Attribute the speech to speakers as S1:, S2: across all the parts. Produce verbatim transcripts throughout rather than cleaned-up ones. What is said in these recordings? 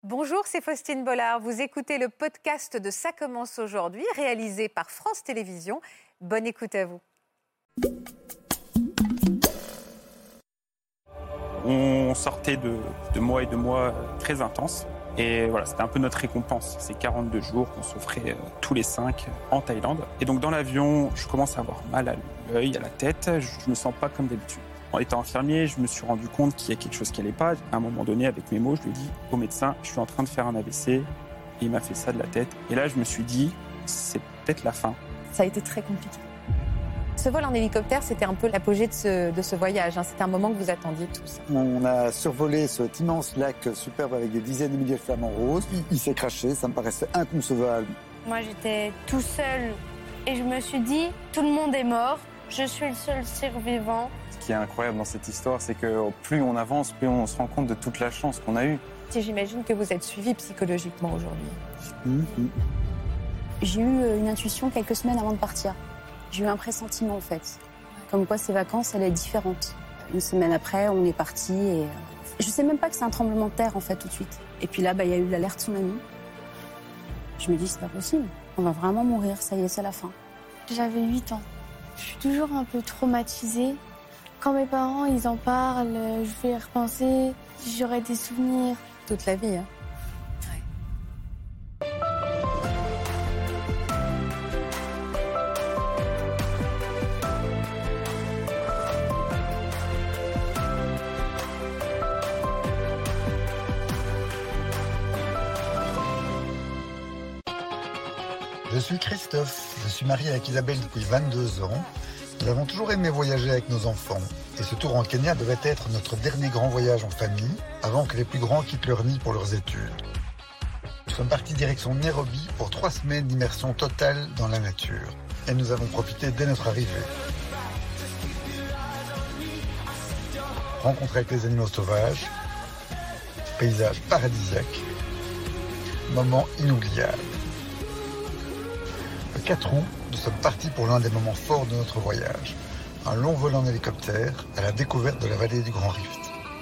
S1: Bonjour, c'est Faustine Bollard. Vous écoutez le podcast de Ça commence aujourd'hui, réalisé par France Télévisions. Bonne écoute à vous.
S2: On sortait de, de mois et de mois très intenses. Et voilà, c'était un peu notre récompense. Ces quarante-deux jours qu'on s'offrait euh, tous les cinq en Thaïlande. Et donc dans l'avion, je commence à avoir mal à l'œil, à la tête. Je ne me sens pas comme d'habitude. En étant infirmier, je me suis rendu compte qu'il y a quelque chose qui n'allait pas. À un moment donné, avec mes mots, je lui ai dit au médecin, je suis en train de faire un A V C. Et il m'a fait ça de la tête. Et là, je me suis dit, c'est peut-être la fin.
S3: Ça a été très compliqué. Ce vol en hélicoptère, c'était un peu l'apogée de ce, de ce voyage. Hein. C'était un moment que vous attendiez tous.
S4: On a survolé cet immense lac superbe avec des dizaines de milliers de flamants roses. Il, il s'est craché, ça me paraissait inconcevable.
S5: Moi, j'étais tout seul et je me suis dit, tout le monde est mort, je suis le seul survivant.
S6: Ce qui est incroyable dans cette histoire, c'est que plus on avance, plus on se rend compte de toute la chance qu'on a eue.
S3: Si j'imagine que vous êtes suivi psychologiquement aujourd'hui.
S4: Mmh.
S7: J'ai eu une intuition quelques semaines avant de partir. J'ai eu un pressentiment en fait, comme quoi ces vacances allaient être différentes. Une semaine après, on est parti et je sais même pas que c'est un tremblement de terre en fait tout de suite. Et puis là, bah, y a eu l'alerte tsunami. Je me dis c'est pas possible, on va vraiment mourir, ça y est, c'est la fin.
S5: J'avais huit ans. Je suis toujours un peu traumatisée. Quand mes parents ils en parlent, je vais y repenser, j'aurai des souvenirs.
S3: Toute la vie, hein.
S4: Je suis Christophe, je suis marié avec Isabelle depuis vingt-deux ans. Nous avons toujours aimé voyager avec nos enfants. Et ce tour en Kenya devait être notre dernier grand voyage en famille, avant que les plus grands quittent leur nid pour leurs études. Nous sommes partis direction Nairobi pour trois semaines d'immersion totale dans la nature. Et nous avons profité dès notre arrivée. Rencontre avec les animaux sauvages, paysages paradisiaques, moments inoubliables. Le quatre août, nous sommes partis pour l'un des moments forts de notre voyage. Un long vol en hélicoptère à la découverte de la vallée du Grand Rift.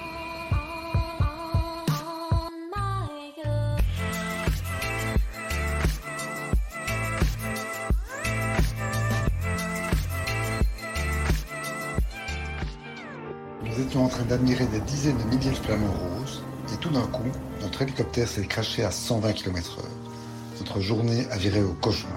S4: Nous étions en train d'admirer des dizaines de milliers de flamants roses et tout d'un coup, notre hélicoptère s'est crashé à cent vingt kilomètres heure. Notre journée a viré au cauchemar.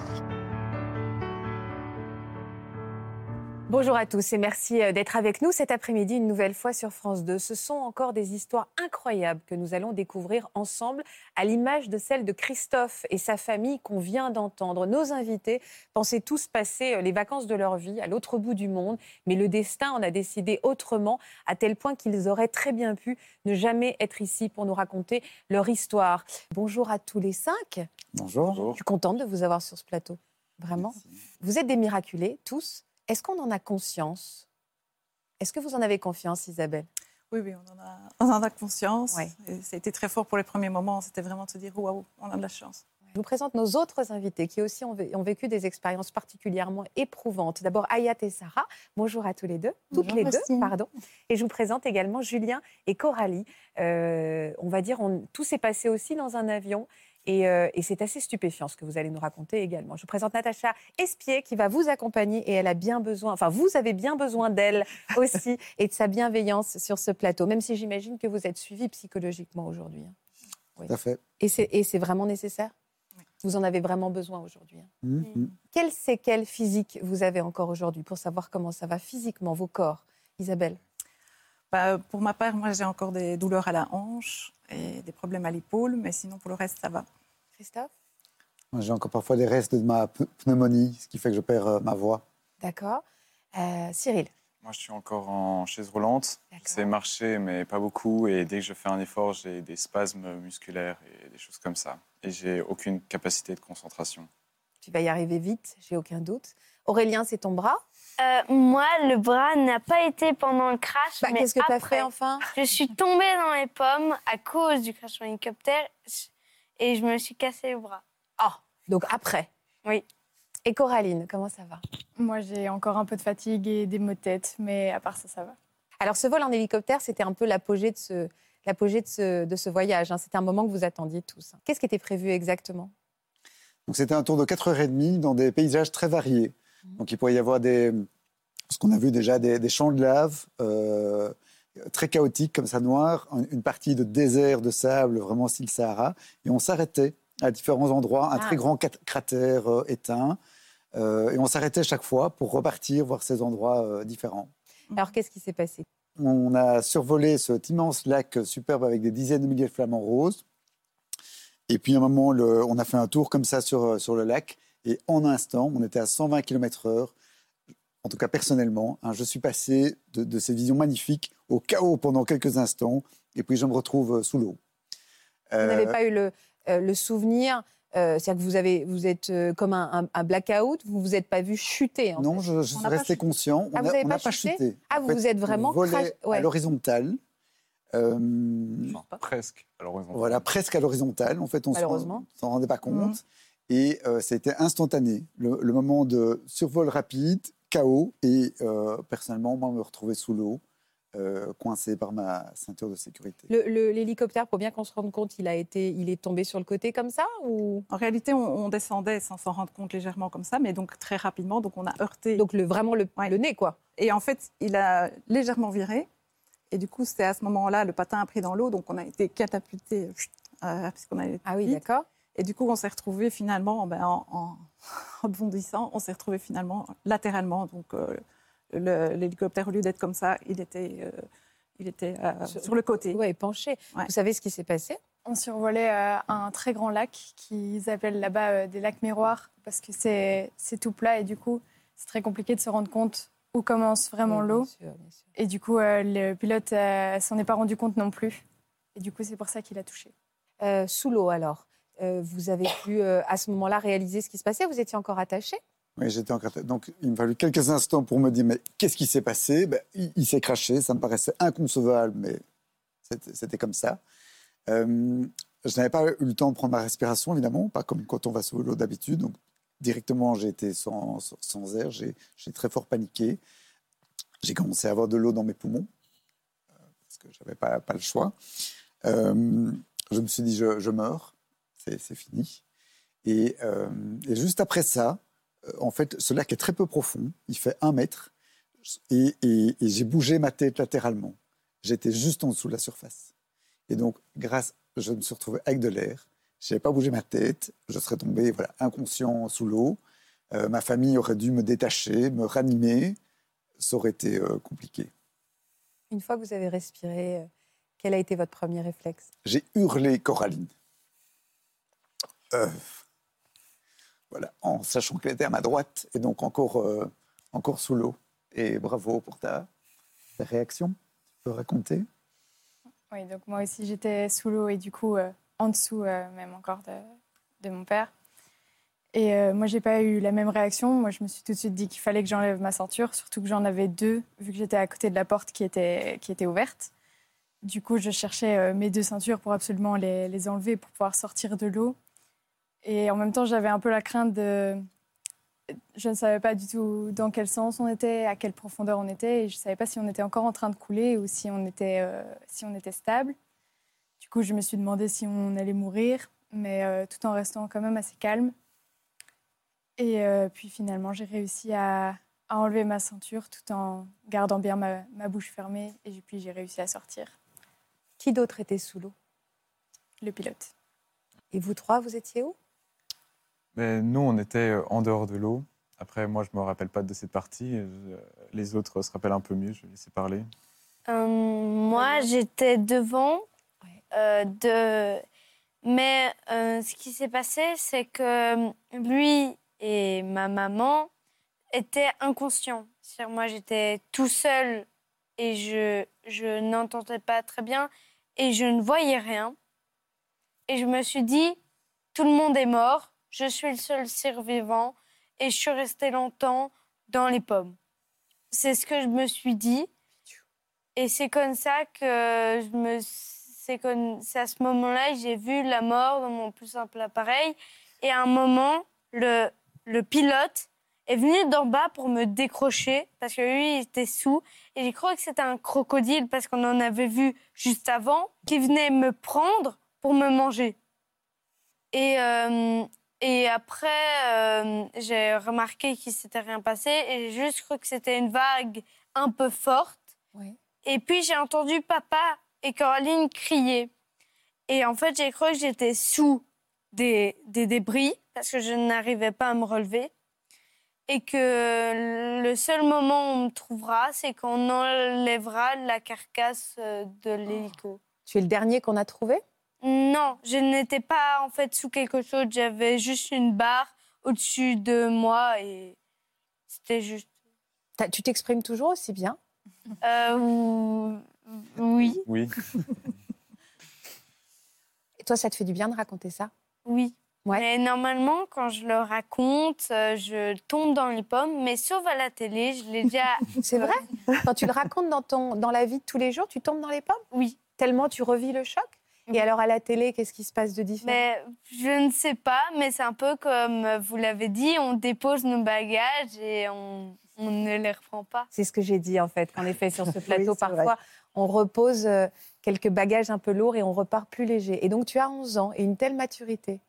S1: Bonjour à tous et merci d'être avec nous cet après-midi une nouvelle fois sur France deux. Ce sont encore des histoires incroyables que nous allons découvrir ensemble à l'image de celle de Christophe et sa famille qu'on vient d'entendre. Nos invités pensaient tous passer les vacances de leur vie à l'autre bout du monde, mais le destin en a décidé autrement, à tel point qu'ils auraient très bien pu ne jamais être ici pour nous raconter leur histoire. Bonjour à tous les cinq.
S4: Bonjour.
S1: Je suis contente de vous avoir sur ce plateau, vraiment. Merci. Vous êtes des miraculés, tous. Est-ce qu'on en a conscience ? Est-ce que vous en avez confiance, Isabelle ?
S8: Oui, oui, on en a, on en a conscience.
S1: Ouais.
S8: Et ça a été très fort pour les premiers moments. C'était vraiment de se dire, waouh, on a de la chance.
S1: Je vous présente nos autres invités qui aussi ont, ont vécu des expériences particulièrement éprouvantes. D'abord, Hayat et Sarah. Bonjour à tous les deux. Toutes
S7: Bonjour,
S1: les
S7: Faustine.
S1: deux, pardon. Et je vous présente également Julien et Coralie. Euh, on va dire, on, tout s'est passé aussi dans un avion. Et, euh, et c'est assez stupéfiant ce que vous allez nous raconter également. Je vous présente Natacha Espier qui va vous accompagner et elle a bien besoin, enfin vous avez bien besoin d'elle aussi et de sa bienveillance sur ce plateau, même si j'imagine que vous êtes suivi psychologiquement aujourd'hui. Oui.
S4: Tout à fait.
S1: Et c'est, et c'est vraiment nécessaire ? Oui. Vous en avez vraiment besoin aujourd'hui.
S4: Mmh.
S1: Quelles séquelles physiques vous avez encore aujourd'hui pour savoir comment ça va physiquement, vos corps ? Isabelle ?
S8: Bah, pour ma part, moi j'ai encore des douleurs à la hanche et des problèmes à l'épaule, mais sinon pour le reste ça va.
S1: Christophe ?
S4: J'ai encore parfois des restes de ma pneumonie, ce qui fait que je perds euh, ma voix.
S1: D'accord. Euh, Cyril ?
S6: Moi, je suis encore en chaise roulante.
S1: D'accord.
S6: Je sais marcher, mais pas beaucoup. Et dès que je fais un effort, j'ai des spasmes musculaires et des choses comme ça. Et j'ai aucune capacité de concentration.
S1: Tu vas y arriver vite, j'ai aucun doute. Aurélien, c'est ton bras ?
S5: Euh, moi, le bras n'a pas été pendant le crash,
S1: Bah,
S5: mais
S1: qu'est-ce que tu as
S5: après,
S1: fait enfin ?
S5: je suis tombée dans les pommes à cause du crash en hélicoptère et je me suis cassé le bras.
S1: Ah, donc après ?
S5: Oui.
S1: Et Coraline, comment ça va ?
S9: Moi, j'ai encore un peu de fatigue et des maux de tête, mais à part ça, ça va.
S1: Alors, ce vol en hélicoptère, c'était un peu l'apogée de ce, l'apogée de ce, de ce voyage. Hein. C'était un moment que vous attendiez tous. Qu'est-ce qui était prévu exactement ?
S9: Donc, c'était un tour de quatre heures trente dans des paysages très variés. Donc, il pourrait y avoir des, ce qu'on a vu déjà, des, des champs de lave euh, très chaotiques, comme ça, noirs, une partie de désert, de sable, vraiment style Sahara. Et on s'arrêtait à différents endroits, un ah. très grand cratère euh, éteint. Euh, et on s'arrêtait chaque fois pour repartir voir ces endroits euh, différents.
S1: Alors, qu'est-ce qui s'est passé ?
S9: On a survolé cet immense lac superbe avec des dizaines de milliers de flamants roses. Et puis, à un moment, le, on a fait un tour comme ça sur, sur le lac. Et en un instant, on était à cent vingt kilomètres heure. En tout cas, personnellement, hein, je suis passé de, de ces visions magnifiques au chaos pendant quelques instants. Et puis, je me retrouve sous l'eau.
S1: Vous euh... n'avez pas eu le, euh, le souvenir, euh, c'est-à-dire que vous, avez, vous êtes euh, comme un, un, un blackout, vous ne vous êtes pas vu chuter en
S9: Non,
S1: fait.
S9: je, je suis resté conscient.
S1: Ah,
S9: on
S1: vous n'avez
S9: n'a
S1: pas,
S9: pas
S1: chuté,
S9: chuté.
S1: Ah,
S9: en
S1: vous
S9: fait,
S1: vous êtes vraiment...
S9: On volait
S1: crash... ouais.
S9: à l'horizontale. Euh,
S6: enfin, presque à l'horizontale.
S9: Voilà, presque à l'horizontale. En fait, on ne s'en rendait pas compte. Mmh. Et euh, c'était instantané. Le, le moment de survol rapide, chaos. Et euh, personnellement, moi, me retrouver sous l'eau, euh, coincé par ma ceinture de sécurité.
S1: Le, le, l'hélicoptère, pour bien qu'on se rende compte, il, a été, il est tombé sur le côté comme ça ou...
S8: En réalité, on, on descendait sans s'en rendre compte légèrement comme ça, mais donc très rapidement. Donc on a heurté.
S1: Donc le, vraiment le, ouais. le nez, quoi.
S8: Et en fait, il a légèrement viré. Et du coup, c'est à ce moment-là, le patin a pris dans l'eau, donc on a été catapulté, euh, puisqu'on avait.
S1: Ah oui, vite. D'accord.
S8: Et du coup, on s'est retrouvés finalement, ben, en, en, en bondissant, on s'est retrouvés finalement latéralement. Donc euh, le, l'hélicoptère, au lieu d'être comme ça, il était, euh, il était euh, sur, sur le côté.
S1: Oui, penché. Ouais. Vous savez ce qui s'est passé ?
S5: On survolait euh, un très grand lac qu'ils appellent là-bas euh, des lacs miroirs, parce que c'est, c'est tout plat et du coup, c'est très compliqué de se rendre compte où commence vraiment oui, l'eau. Bien sûr, bien sûr. Et du coup, euh, le pilote euh, s'en est pas rendu compte non plus. Et du coup, c'est pour ça qu'il a touché.
S1: Euh, sous l'eau, alors, euh, vous avez pu, euh, à ce moment-là, réaliser ce qui se passait ? Vous étiez encore attaché ?
S9: Oui, j'étais encore attaché. Donc, il m'a fallu quelques instants pour me dire, mais qu'est-ce qui s'est passé ? ben, il, il s'est craché, ça me paraissait inconcevable, mais c'était, c'était comme ça. Euh, je n'avais pas eu le temps de prendre ma respiration, évidemment, pas comme quand on va sous l'eau d'habitude. Donc, directement, j'ai été sans, sans air, j'ai, j'ai très fort paniqué. J'ai commencé à avoir de l'eau dans mes poumons, euh, parce que je n'avais pas, pas le choix. Euh, je me suis dit, je, je meurs, c'est, c'est fini. Et, euh, et juste après ça, euh, en fait, ce lac est très peu profond, il fait un mètre, et, et, et j'ai bougé ma tête latéralement. J'étais juste en dessous de la surface. Et donc, grâce, je me suis retrouvé avec de l'air. Je n'avais pas bougé ma tête, je serais tombé voilà, inconscient sous l'eau. Euh, ma famille aurait dû me détacher, me ranimer. Ça aurait été euh, compliqué.
S1: Une fois que vous avez respiré, euh, quel a été votre premier réflexe ?
S9: J'ai hurlé Coraline. Euh, voilà, en sachant qu'elle était à ma droite et donc encore, euh, encore sous l'eau. Et bravo pour ta, ta réaction. Tu peux raconter ?
S5: Oui, donc moi aussi j'étais sous l'eau et du coup euh, en dessous euh, même encore de, de mon père. Et euh, moi, j'ai pas eu la même réaction. Moi, je me suis tout de suite dit qu'il fallait que j'enlève ma ceinture, surtout que j'en avais deux, vu que j'étais à côté de la porte qui était, qui était ouverte. Du coup, je cherchais euh, mes deux ceintures pour absolument les, les enlever, pour pouvoir sortir de l'eau. Et en même temps, j'avais un peu la crainte de... Je ne savais pas du tout dans quel sens on était, à quelle profondeur on était, et je ne savais pas si on était encore en train de couler ou si on était, euh, si on était stable. Du coup, je me suis demandé si on allait mourir, mais euh, tout en restant quand même assez calme. Et euh, puis finalement, j'ai réussi à, à enlever ma ceinture tout en gardant bien ma, ma bouche fermée. Et puis j'ai réussi à sortir.
S1: Qui d'autre était sous l'eau ?
S5: Le pilote.
S1: Et vous trois, vous étiez où ?
S6: Mais nous, on était en dehors de l'eau. Après, moi, je ne me rappelle pas de cette partie. Les autres se rappellent un peu mieux. Je vais laisser parler.
S10: Euh, moi, j'étais devant. Euh, de... Mais euh, ce qui s'est passé, c'est que lui et ma maman étaient inconscients. C'est-à-dire, moi, j'étais tout seul et je, je n'entendais pas très bien et je ne voyais rien. Et je me suis dit, tout le monde est mort, je suis le seul survivant et je suis restée longtemps dans les pommes. C'est ce que je me suis dit. Et c'est comme ça que je me... C'est, comme... c'est à ce moment-là que j'ai vu la mort dans mon plus simple appareil. Et à un moment, le... le pilote est venu d'en bas pour me décrocher parce que lui, il était sous. Et j'ai cru que c'était un crocodile parce qu'on en avait vu juste avant, qui venait me prendre pour me manger. Et, euh, et après, euh, j'ai remarqué qu'il ne s'était rien passé et j'ai juste cru que c'était une vague un peu forte.
S1: Oui.
S10: Et puis, j'ai entendu papa et Coraline crier. Et en fait, j'ai cru que j'étais sous des, des débris parce que je n'arrivais pas à me relever. Et que le seul moment où on me trouvera, c'est qu'on enlèvera la carcasse de l'hélico.
S1: Tu es le dernier qu'on a trouvé ?
S10: Non, je n'étais pas en fait sous quelque chose. J'avais juste une barre au-dessus de moi et c'était juste...
S1: T'as- Tu t'exprimes toujours aussi bien ?
S10: Euh, oui.
S6: Oui.
S1: Et toi, ça te fait du bien de raconter ça ?
S10: Oui.
S1: Ouais.
S10: Mais normalement, quand je le raconte, euh, je tombe dans les pommes, mais sauf à la télé, je l'ai déjà...
S1: C'est vrai ? Quand tu le racontes dans, ton, dans la vie de tous les jours, tu tombes dans les pommes ?
S10: Oui.
S1: Tellement tu revis le choc ? Et alors, à la télé, qu'est-ce qui se passe de différent ?
S10: Mais je ne sais pas, mais c'est un peu comme vous l'avez dit, on dépose nos bagages et on, on ne les reprend pas.
S1: C'est ce que j'ai dit, en fait, qu'en effet, sur ce plateau,
S9: Oui, c'est
S1: parfois,
S9: vrai.
S1: on repose euh, quelques bagages un peu lourds et on repart plus léger. Et donc, tu as onze ans et une telle maturité.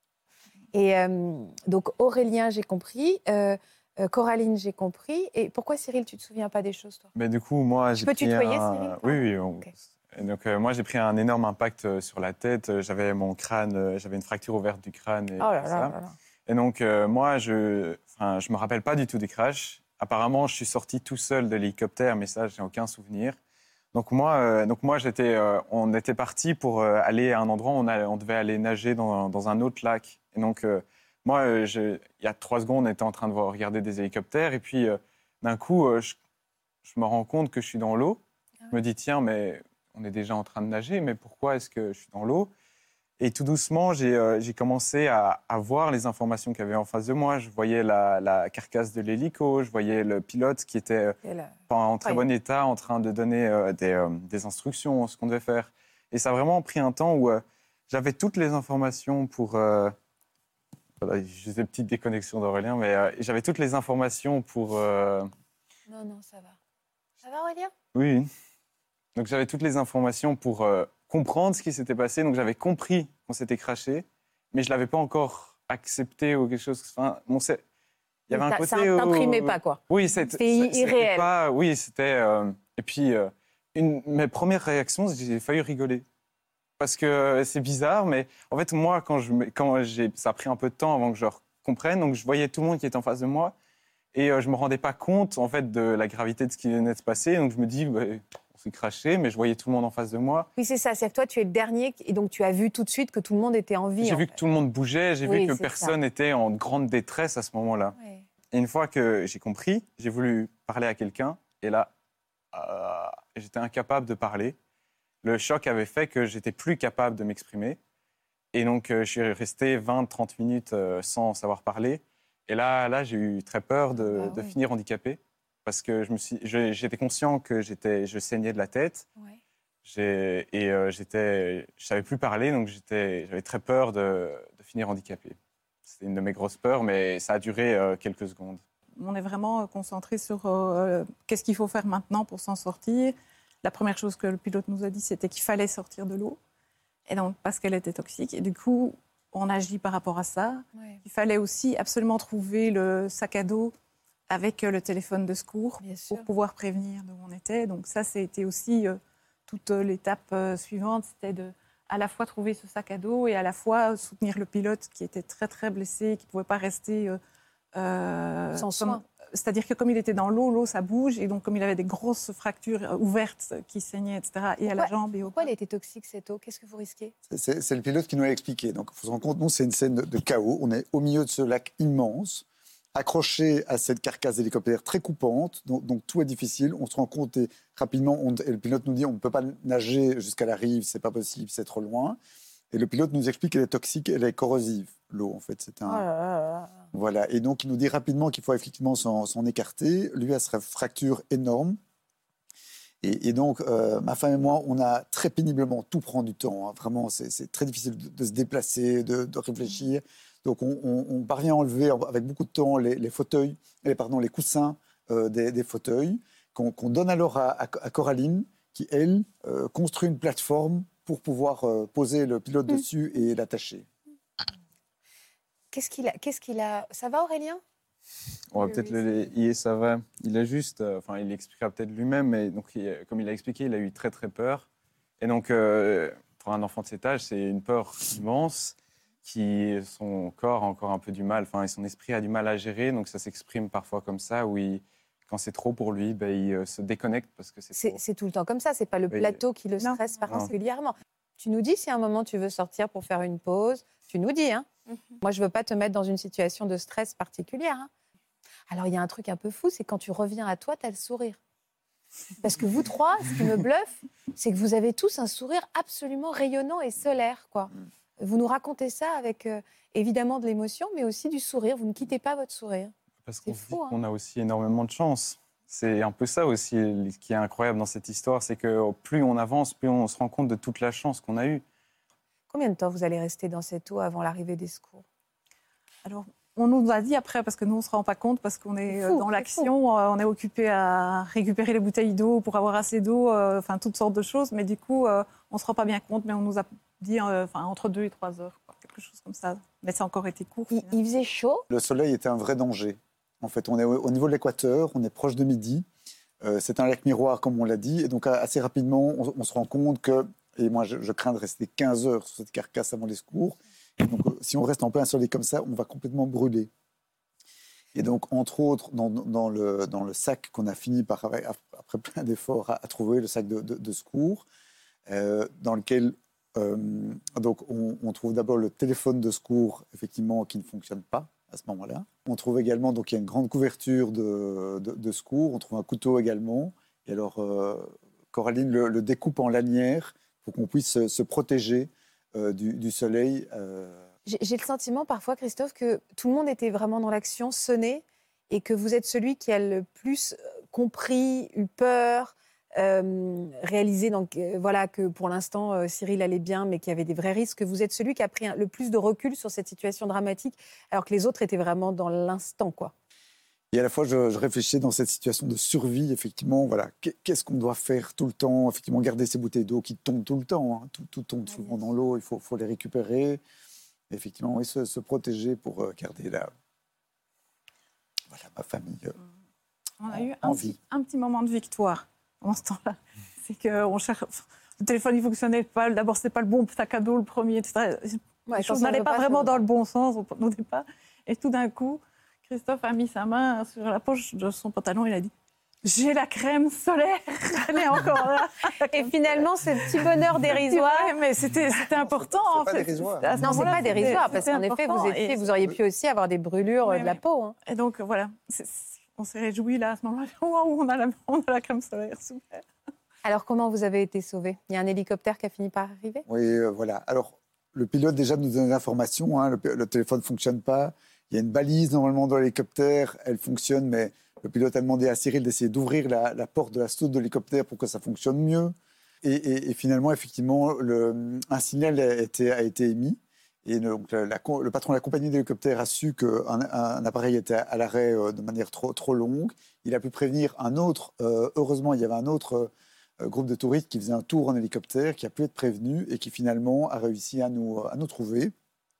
S1: Et euh, donc, Aurélien, j'ai compris. Euh, euh, Coraline, j'ai compris. Et pourquoi, Cyril, tu ne te souviens pas des choses, toi ?
S6: Mais du coup, moi, j'ai
S1: peux
S6: pris
S1: tutoyer,
S6: un...
S1: Cyril, pardon ?
S6: Oui, oui. on-
S1: Ok.
S6: Et donc, euh, moi, j'ai pris un énorme impact euh, sur la tête. Euh, J'avais mon crâne, euh, j'avais une fracture ouverte du crâne et
S1: Oh là
S6: tout
S1: là
S6: ça.
S1: là là.
S6: Et donc, euh, moi, je ne me rappelle pas du tout des crashs. Apparemment, je suis sorti tout seul de l'hélicoptère, mais ça, j'ai aucun souvenir. Donc moi, euh, donc moi j'étais, euh, on était parti pour euh, aller à un endroit où on, a, on devait aller nager dans, dans un autre lac. Et donc, euh, moi, euh, je, il y a trois secondes, on était en train de voir, regarder des hélicoptères. Et puis, euh, d'un coup, euh, je, je me rends compte que je suis dans l'eau.
S1: Ah ouais.
S6: Je me dis, tiens, mais on est déjà en train de nager, mais pourquoi est-ce que je suis dans l'eau ? Et tout doucement, j'ai euh, j'ai commencé à, à voir les informations qu'il y avait en face de moi. Je voyais la, la carcasse de l'hélico, je voyais le pilote qui était euh,
S1: Et là,
S6: pas en très
S1: incroyable.
S6: bon état, en train de donner euh, des, euh, des instructions, ce qu'on devait faire. Et ça a vraiment pris un temps où euh, j'avais toutes les informations pour... Euh, voilà, j'ai des petites déconnexions d'Aurélien, mais euh, j'avais toutes les informations pour... euh,
S1: Non, non, ça va. Ça va, Aurélien ?
S6: Oui. Donc j'avais toutes les informations pour euh, comprendre ce qui s'était passé. Donc j'avais compris qu'on s'était crashé, mais je ne l'avais pas encore accepté ou quelque chose. Enfin, bon, c'est... Il y avait un côté...
S1: Ça ne t'imprimait pas, quoi.
S6: Oui, c'était,
S1: C'était irréel.
S6: Pas, oui, c'était... euh, et puis, euh, une, mes premières réactions, j'ai failli rigoler. Parce que c'est bizarre, mais en fait, moi, quand je, me- quand j'ai, ça a pris un peu de temps avant que je comprenne, donc je voyais tout le monde qui était en face de moi, et euh, je ne me rendais pas compte, en fait, de la gravité de ce qui venait de se passer. Donc je me dis, bah, on s'est craché, mais je voyais tout le monde en face de moi.
S1: Oui, c'est ça. C'est que toi, tu es le dernier, et donc tu as vu tout de suite que tout le monde était en vie.
S6: J'ai
S1: en
S6: vu
S1: fait.
S6: que tout le monde bougeait, j'ai
S1: Oui,
S6: vu que
S1: c'est
S6: personne n'était en grande détresse à ce moment-là.
S1: Ouais.
S6: Et une fois que j'ai compris, j'ai voulu parler à quelqu'un, et là, euh, j'étais incapable de parler. Le choc avait fait que j'étais plus capable de m'exprimer. Et donc, euh, je suis resté vingt à trente minutes euh, sans savoir parler. Et là, là j'ai eu très peur de,
S1: Ah bah
S6: de
S1: oui.
S6: finir handicapé. Parce que je me suis, je- j'étais conscient que j'étais, je saignais de la tête.
S1: Ouais.
S6: J'ai, et euh, j'étais, je ne savais plus parler, donc j'étais, j'avais très peur de, de finir handicapé. C'était une de mes grosses peurs, mais ça a duré euh, quelques secondes.
S8: On est vraiment concentré sur euh, qu'est-ce qu'il faut faire maintenant pour s'en sortir. La première chose que le pilote nous a dit, c'était qu'il fallait sortir de l'eau, et donc parce qu'elle était toxique. Et du coup, on agit par rapport à ça.
S1: Ouais.
S8: Il fallait aussi absolument trouver le sac à dos avec le téléphone de secours
S1: Bien sûr.
S8: pour pouvoir prévenir d'où on était. Donc ça, c'était aussi euh, toute l'étape euh, suivante, c'était de à la fois trouver ce sac à dos et à la fois soutenir le pilote qui était très très blessé, qui ne pouvait pas rester... Euh, euh,
S1: Sans
S8: comme-
S1: soin.
S8: C'est-à-dire que comme il était dans l'eau, l'eau ça bouge, et donc comme il avait des grosses fractures euh, ouvertes qui saignaient, et cetera, et à la
S1: Pourquoi-
S8: jambe et au
S1: Pourquoi elle était toxique, cette eau ? Qu'est-ce que vous risquez ?
S9: C'est c'est le pilote qui nous l'a expliqué. Donc, il faut se rendre compte, nous, c'est une scène de, de chaos. On est au milieu de ce lac immense, accroché à cette carcasse d'hélicoptère très coupante. Donc, donc, tout est difficile. On se rend compte et rapidement, on- et le pilote nous dit on ne peut pas nager jusqu'à la rive, c'est pas possible, c'est trop loin. Et le pilote nous explique qu'elle est toxique, elle est corrosive, l'eau, en fait. C'est un...
S1: Oh là là là.
S9: Voilà. Et donc, il nous dit rapidement qu'il faut effectivement s'en s'en écarter. Lui a sa fracture énorme. Et, et donc, euh, ma femme et moi, on a très péniblement, tout prend du temps. Hein. Vraiment, c'est c'est très difficile de, de se déplacer, de, de réfléchir. Donc on, on, on parvient à enlever avec beaucoup de temps les, les fauteuils, les, pardon, les coussins euh, des, des fauteuils, qu'on qu'on donne alors à, à, à Coraline, qui, elle, euh, construit une plateforme pour pouvoir euh, poser le pilote mmh. dessus et l'attacher.
S1: Qu'est-ce qu'il a, qu'est-ce qu'il a... Ça va, Aurélien?
S6: On va oui, peut-être oui, le... Ça va. Il a juste... Euh, enfin, il expliquera peut-être lui-même, mais donc, il, comme il a expliqué, il a eu très, très peur. Et donc, euh, pour un enfant de cet âge, c'est une peur immense qui... Son corps a encore un peu du mal, enfin, et son esprit a du mal à gérer. Donc, ça s'exprime parfois comme ça, où il... quand c'est trop pour lui, ben, il euh, se déconnecte parce que c'est
S1: c'est,
S6: trop.
S1: C'est tout le temps comme ça, c'est pas le
S6: oui.
S1: plateau qui le stresse non. particulièrement. Non. Tu nous dis si à un moment tu veux sortir pour faire une pause, tu nous dis. Hein. Mm-hmm. Moi, je veux pas te mettre dans une situation de stress particulière. Hein. Alors, il y a un truc un peu fou, c'est quand tu reviens à toi, tu as le sourire. Parce que vous trois, ce qui me bluffe, c'est que vous avez tous un sourire absolument rayonnant et solaire, quoi. Vous nous racontez ça avec, euh, évidemment, de l'émotion, mais aussi du sourire. Vous ne quittez pas votre sourire.
S6: Parce qu'on fou, hein. a aussi énormément de chance. C'est un peu ça aussi qui est incroyable dans cette histoire, c'est que plus on avance, plus on se rend compte de toute la chance qu'on a eue.
S1: Combien de temps vous allez rester dans cette eau avant l'arrivée des secours?
S8: Alors, on nous a dit après, parce que nous, on ne se rend pas compte, parce qu'on est fou, dans l'action, euh, on est occupé à récupérer les bouteilles d'eau pour avoir assez d'eau, euh, enfin, toutes sortes de choses, mais du coup, euh, on ne se rend pas bien compte, mais on nous a dit euh, entre deux et trois heures, quoi, quelque chose comme ça. Mais ça a encore été court.
S1: Il, il faisait chaud?
S9: Le soleil était un vrai danger. En fait, on est au niveau de l'équateur, on est proche de midi. Euh, c'est un lac miroir, comme on l'a dit. Et donc, assez rapidement, on, on se rend compte que... Et moi, je, je crains de rester quinze heures sur cette carcasse avant les secours. Et donc, si on reste en plein soleil comme ça, on va complètement brûler. Et donc, entre autres, dans, dans, le, dans le sac qu'on a fini par, après plein d'efforts, à, à trouver, le sac de, de, de secours, euh, dans lequel euh, donc on, on trouve d'abord le téléphone de secours, effectivement, qui ne fonctionne pas à ce moment-là. On trouve également, donc il y a une grande couverture de, de, de secours, on trouve un couteau également. Et alors, euh, Coraline le, le découpe en lanières pour qu'on puisse se, se protéger euh, du, du soleil. Euh...
S1: J'ai, j'ai le sentiment parfois, Christophe, que tout le monde était vraiment dans l'action, sonné, et que vous êtes celui qui a le plus compris, eu peur, euh, réalisé donc, euh, voilà, que pour l'instant, euh, Cyril allait bien, mais qu'il y avait des vrais risques. Vous êtes celui qui a pris un, le plus de recul sur cette situation dramatique, alors que les autres étaient vraiment dans l'instant, quoi.
S9: Et à la fois, je, je réfléchissais dans cette situation de survie, effectivement, voilà, qu'est-ce qu'on doit faire tout le temps? Effectivement, garder ces bouteilles d'eau qui tombent tout le temps, hein, tout, tout tombe souvent dans l'eau, il faut, faut les récupérer. Et effectivement, oui, se, se protéger pour euh, garder la, voilà, ma famille euh,
S8: On a en, eu un petit, un petit moment de victoire en ce temps-là. C'est que on cherche, le téléphone ne fonctionnait pas, d'abord, ce n'était pas le bon sac à dos, le premier, et cetera. Ouais, les choses n'allaient pas, pas vraiment dans le bon sens au départ. Et tout d'un coup, Christophe a mis sa main sur la poche de son pantalon et il a dit « J'ai la crème solaire, elle est encore là !»
S1: Et finalement, ce petit bonheur dérisoire...
S8: Ouais, mais c'était, c'était important,
S9: c'est
S8: en
S9: pas
S8: fait.
S9: Dérisoire.
S1: Non, c'est pas dérisoire, parce qu'en effet, vous, étiez, vous auriez pu aussi avoir des brûlures ouais, de la peau. Hein.
S8: Et donc, voilà, c'est, c'est, on s'est réjouis, là, à ce moment-là. Waouh, on a la, on a la crème solaire, super.
S1: Alors, comment vous avez été sauvés? Il y a un hélicoptère qui a fini par arriver?
S9: Oui, euh, voilà. Alors, le pilote, déjà, nous donne l'information. Hein, le, le téléphone ne fonctionne pas. Il y a une balise, normalement, dans l'hélicoptère. Elle fonctionne, mais le pilote a demandé à Cyril d'essayer d'ouvrir la, la porte de la soute de l'hélicoptère pour que ça fonctionne mieux. Et, et, et finalement, effectivement, le, un signal a été, a été émis. Et donc, la, la, le patron de la compagnie d'hélicoptère a su qu'un un appareil était à, à l'arrêt euh, de manière trop, trop longue. Il a pu prévenir un autre. Euh, heureusement, il y avait un autre euh, groupe de touristes qui faisait un tour en hélicoptère, qui a pu être prévenu et qui finalement a réussi à nous, à nous trouver.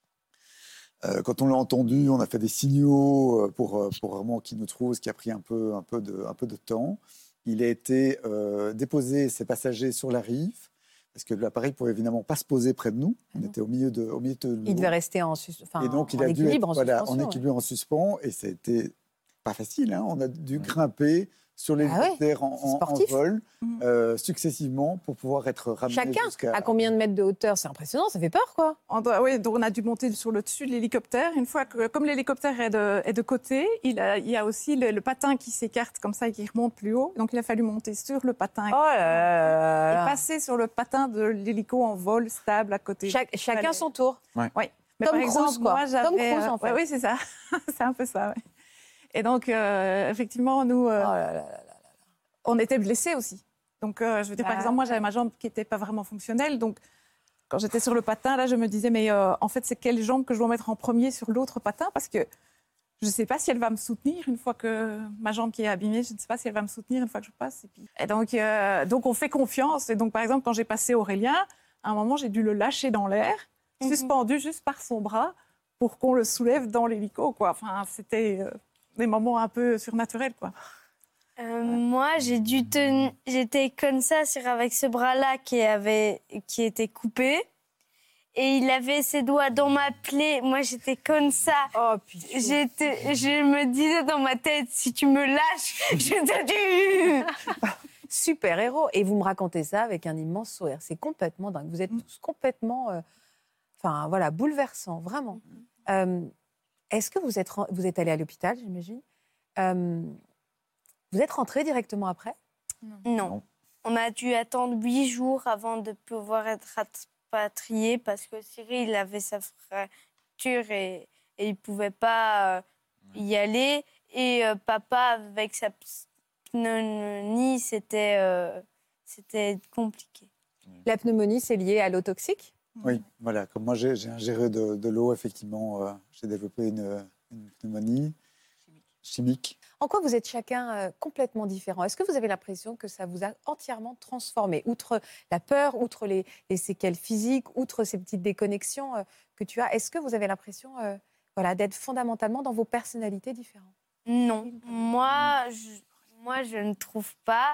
S9: Euh, quand on l'a entendu, on a fait des signaux pour, pour vraiment qu'il nous trouve, ce qui a pris un peu, un peu, de, un peu de temps. Il a été euh, déposé, ses passagers, sur la rive, parce que l'appareil ne pouvait évidemment pas se poser près de nous. On était au milieu de, au milieu de l'eau.
S1: Il devait rester en, sus... enfin,
S9: et donc, il
S1: en
S9: a
S1: équilibre,
S9: dû être,
S1: en
S9: voilà,
S1: suspension.
S9: en équilibre, ouais. en suspens, et ça a été pas facile. Hein. On a dû grimper sur l'hélicoptère ah ouais, en, en, en vol, mmh. euh, successivement, pour pouvoir être ramené
S1: Chacun
S9: jusqu'à...
S1: à combien de mètres de hauteur? C'est impressionnant, ça fait peur, quoi.
S8: On doit, oui, donc on a dû monter sur le dessus de l'hélicoptère. Une fois que, comme l'hélicoptère est de, est de côté, il, a, il y a aussi le, le patin qui s'écarte comme ça et qui remonte plus haut. Donc il a fallu monter sur le patin.
S1: Oh là là là.
S8: Et passer sur le patin de l'hélico en vol stable à côté.
S1: Chaque, chacun Allez. son tour.
S6: Ouais.
S8: Oui. Mais
S1: Tom
S8: par exemple,
S1: Cruise, quoi.
S8: Moi, j'avais,
S1: Tom Cruise, en fait.
S8: Ouais, oui, c'est ça. C'est un peu ça, ouais. Et donc, euh, effectivement, nous... Euh,
S1: oh là là là.
S8: On était blessés aussi. Donc, euh, je veux dire,
S1: bah,
S8: par exemple, moi, j'avais ma jambe qui n'était pas vraiment fonctionnelle. Donc, quand j'étais sur le patin, là, je me disais, mais euh, en fait, c'est quelle jambe que je dois mettre en premier sur l'autre patin? Parce que je ne sais pas si elle va me soutenir une fois que ma jambe qui est abîmée, je ne sais pas si elle va me soutenir une fois que je passe. Et, puis... et donc, euh, donc, on fait confiance. Et donc, par exemple, quand j'ai passé Aurélien, à un moment, j'ai dû le lâcher dans l'air, mm-hmm. suspendu juste par son bras, pour qu'on le soulève dans l'hélico, quoi. Enfin, c'était euh, des moments un peu surnaturels, quoi.
S10: Euh, moi, j'ai dû ten... j'étais comme ça, sur... avec ce bras-là qui, avait... qui était coupé. Et il avait ses doigts dans ma plaie. Moi, j'étais comme ça.
S1: Oh, putain.
S10: J'étais... Je me disais dans ma tête, si tu me lâches, je te tue.
S1: Super héros. Et vous me racontez ça avec un immense sourire. C'est complètement dingue. Vous êtes tous complètement... Euh... Enfin, voilà, bouleversants, vraiment. Euh, est-ce que vous êtes, vous êtes allé à l'hôpital, j'imagine euh, Vous êtes rentré directement après?
S10: Non. non. On a dû attendre huit jours avant de pouvoir être rapatrié parce que Cyril avait sa fracture et, et il ne pouvait pas euh, y aller. Et euh, papa, avec sa pneumonie, c'était, euh, c'était compliqué.
S1: La pneumonie, c'est lié à l'eau toxique?
S9: Oui, voilà. Comme moi, j'ai, j'ai ingéré de, de l'eau, effectivement, euh, j'ai développé une, une pneumonie chimique. chimique.
S1: En quoi vous êtes chacun euh, complètement différents? Est-ce que vous avez l'impression que ça vous a entièrement transformé? Outre la peur, outre les, les séquelles physiques, outre ces petites déconnexions euh, que tu as, est-ce que vous avez l'impression euh, voilà, d'être fondamentalement dans vos personnalités différentes?
S10: Non. Moi je, moi, je ne trouve pas.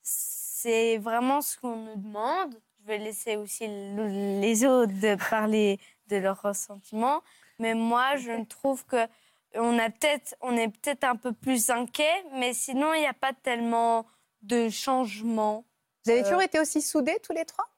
S10: C'est vraiment ce qu'on nous demande. Je vais laisser aussi les autres de parler de leurs ressentiments. Mais moi, je trouve que on, a peut-être, on est peut-être un peu plus inquiet, mais sinon, il n'y a pas tellement de changements.
S1: Vous avez euh... toujours été aussi soudés, tous les trois?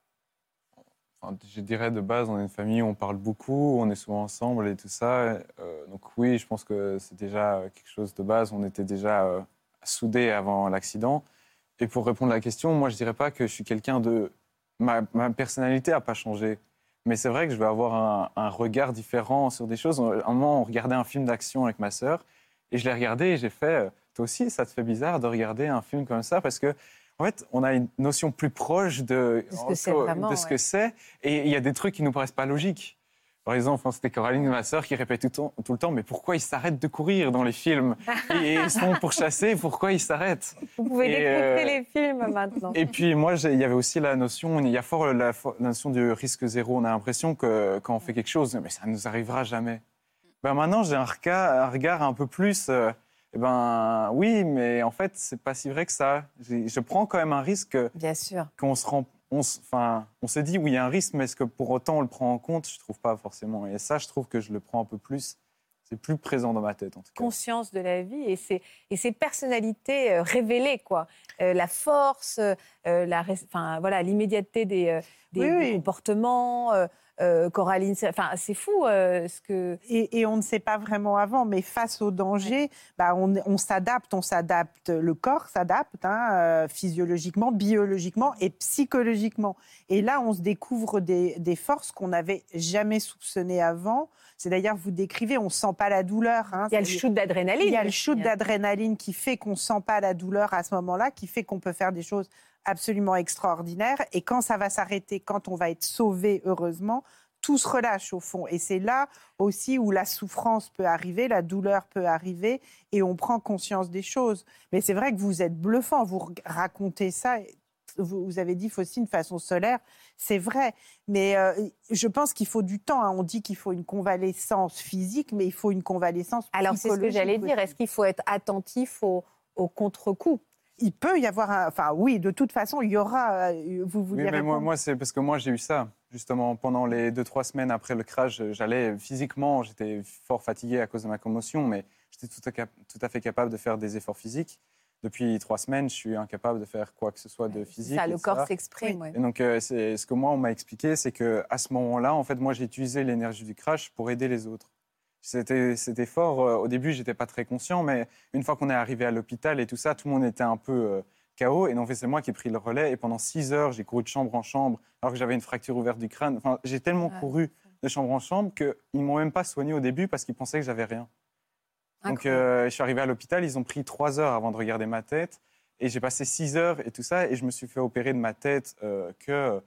S6: Enfin, je dirais de base, on est une famille où on parle beaucoup, on est souvent ensemble et tout ça. Euh, donc oui, je pense que c'est déjà quelque chose de base. On était déjà euh, soudés avant l'accident. Et pour répondre à la question, moi, je ne dirais pas que je suis quelqu'un de... Ma, ma personnalité n'a pas changé. Mais c'est vrai que je vais avoir un, un regard différent sur des choses. À un moment, on regardait un film d'action avec ma sœur et je l'ai regardé et j'ai fait « Toi aussi, ça te fait bizarre de regarder un film comme ça ?» Parce que, en fait, on a une notion plus proche de,
S1: de ce que c'est. Vraiment,
S6: de ce
S1: ouais.
S6: que c'est et il y a des trucs qui ne nous paraissent pas logiques. Par exemple, enfin, c'était Coraline, ma sœur, qui répète tout le, temps, tout le temps « Mais pourquoi ils s'arrêtent de courir dans les films ?» Et ils sont pour chasser, pourquoi ils s'arrêtent?
S1: Vous pouvez décrypter euh... les films maintenant.
S6: Et puis moi, il y avait aussi la notion, il y a fort la, la notion du risque zéro. On a l'impression que quand on fait quelque chose, mais ça ne nous arrivera jamais. Ben maintenant, j'ai un regard, un regard un peu plus... Euh, eh ben oui, mais en fait, c'est pas si vrai que ça. J'ai, je prends quand même un risque.
S1: Bien sûr.
S6: Qu'on se rend... On, enfin, on se dit, oui, il y a un risque, mais est-ce que pour autant on le prend en compte? Je ne trouve pas forcément. Et ça, je trouve que je le prends un peu plus. C'est plus présent dans ma tête, en tout cas.
S1: Conscience de la vie et ces, et ces personnalités euh, révélées, quoi. Euh, la force, euh, la, enfin, voilà, l'immédiateté des, euh, des,
S11: oui, oui.
S1: des comportements. Euh, euh, Coraline, c'est, enfin, c'est fou euh, ce que...
S11: Et, et on ne sait pas vraiment avant, mais face au danger, ouais. bah, on, on s'adapte, on s'adapte, le corps s'adapte hein, euh, physiologiquement, biologiquement et psychologiquement. Et là, on se découvre des, des forces qu'on n'avait jamais soupçonnées avant. C'est d'ailleurs, vous décrivez, on ne sent pas la douleur. Hein,
S1: il y a le shoot d'adrénaline.
S11: Il y a le shoot d'adrénaline qui fait qu'on ne sent pas la douleur à ce moment-là, qui fait qu'on peut faire des choses absolument extraordinaires. Et quand ça va s'arrêter, quand on va être sauvé, heureusement, tout se relâche au fond. Et c'est là aussi où la souffrance peut arriver, la douleur peut arriver, et on prend conscience des choses. Mais c'est vrai que vous êtes bluffant, vous racontez ça... Vous avez dit, Faustine, de façon solaire, c'est vrai. Mais euh, je pense qu'il faut du temps. Hein. On dit qu'il faut une convalescence physique, mais il faut une convalescence psychologique.
S1: Alors, c'est ce que j'allais dire. Est-ce qu'il faut être attentif au, au contre-coup?
S11: Il peut y avoir un... Enfin, oui, de toute façon, il y aura... Vous vouliez
S6: oui, mais
S11: répondre?
S6: moi, moi, c'est parce que moi, j'ai eu ça. Justement, pendant les deux, trois semaines après le crash, j'allais physiquement, j'étais fort fatigué à cause de ma commotion, mais j'étais tout à, tout à fait capable de faire des efforts physiques. Depuis trois semaines, je suis incapable de faire quoi que ce soit de physique.
S1: Ça, le corps s'exprime.
S6: Oui. Et donc, euh, c'est, ce que moi, on m'a expliqué, c'est qu'à ce moment-là, en fait, moi, j'ai utilisé l'énergie du crash pour aider les autres. C'était, c'était fort. Euh, au début, je n'étais pas très conscient, mais une fois qu'on est arrivé à l'hôpital et tout ça, tout le monde était un peu euh, K O. Et donc, c'est moi qui ai pris le relais. Et pendant six heures, j'ai couru de chambre en chambre, alors que j'avais une fracture ouverte du crâne. Enfin, j'ai tellement ouais. couru de chambre en chambre qu'ils ne m'ont même pas soigné au début parce qu'ils pensaient que j'avais rien. Donc, euh, je suis arrivé à l'hôpital, ils ont pris trois heures avant de regarder ma tête. Et j'ai passé six heures et tout ça. Et je me suis fait opérer de ma tête euh, que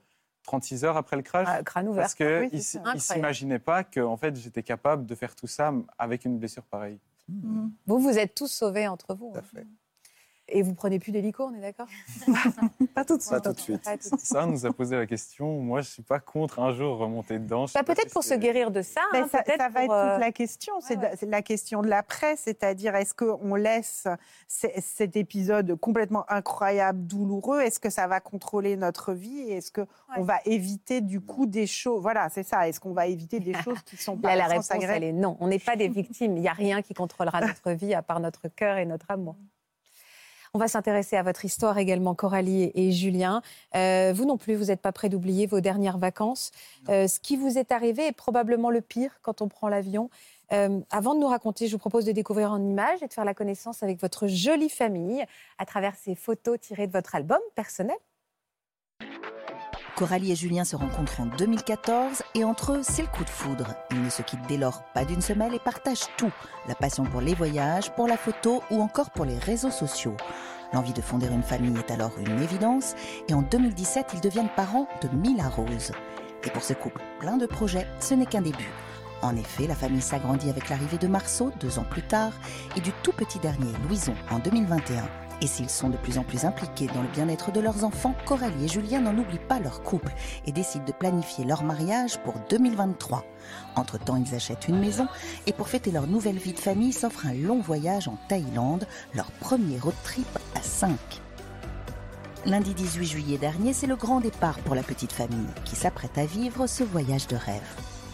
S6: trente-six heures après le crash.
S1: Ah, crâne ouvert.
S6: Parce qu'ils
S1: Oui,
S6: ne
S1: c'est ça.
S6: s'imaginaient pas que en fait, j'étais capable de faire tout ça avec une blessure pareille.
S1: Mmh. Vous, vous êtes tous sauvés entre vous.
S9: Tout à fait.
S1: Et vous prenez plus d'hélico, on est d'accord?
S8: Pas tout de suite.
S9: Pas tout de suite.
S1: Pas tout de suite.
S6: Ça nous a posé la question. Moi, je ne suis pas contre un jour remonter dedans. Je sais
S1: Bah,
S6: pas
S1: peut-être
S6: si
S1: pour se
S6: c'est-
S1: guérir de ça.
S11: Ben,
S1: hein,
S11: ça,
S1: peut-être
S11: ça va
S1: pour,
S11: être
S1: euh,
S11: toute la question. C'est
S1: ouais, ouais.
S11: de- c'est la question de l'après, c'est-à-dire est-ce qu'on laisse c- cet épisode complètement incroyable, douloureux, est-ce que ça va contrôler notre vie et est-ce qu'on
S1: Ouais.
S11: va éviter du coup des choses, voilà, c'est ça, est-ce qu'on va éviter des choses qui sont pas
S1: Là, la
S11: sans
S1: réponse,
S11: agréables.
S1: elle est non. On n'est pas des victimes. Il n'y a rien qui contrôlera notre vie à part notre cœur et notre amour. On va s'intéresser à votre histoire également, Coralie et, et Julien. Euh, vous non plus, vous n'êtes pas prêts d'oublier vos dernières vacances. Euh, ce qui vous est arrivé est probablement le pire quand on prend l'avion. Euh, avant de nous raconter, je vous propose de découvrir en images et de faire la connaissance avec votre jolie famille à travers ces photos tirées de votre album personnel.
S12: Coralie et Julien se rencontrent en deux mille quatorze et entre eux, c'est le coup de foudre. Ils ne se quittent dès lors pas d'une semelle et partagent tout. La passion pour les voyages, pour la photo ou encore pour les réseaux sociaux. L'envie de fonder une famille est alors une évidence et en deux mille dix-sept, ils deviennent parents de Mila Rose. Et pour ce couple plein de projets, ce n'est qu'un début. En effet, la famille s'agrandit avec l'arrivée de Marceau, deux ans plus tard, et du tout petit dernier, Louison, en deux mille vingt et un. Et s'ils sont de plus en plus impliqués dans le bien-être de leurs enfants, Coralie et Julien n'en oublient pas leur couple et décident de planifier leur mariage pour deux mille vingt-trois. Entre-temps, ils achètent une maison et pour fêter leur nouvelle vie de famille, s'offrent un long voyage en Thaïlande, leur premier road trip à cinq. Lundi dix-huit juillet dernier, c'est le grand départ pour la petite famille qui s'apprête à vivre ce voyage de rêve.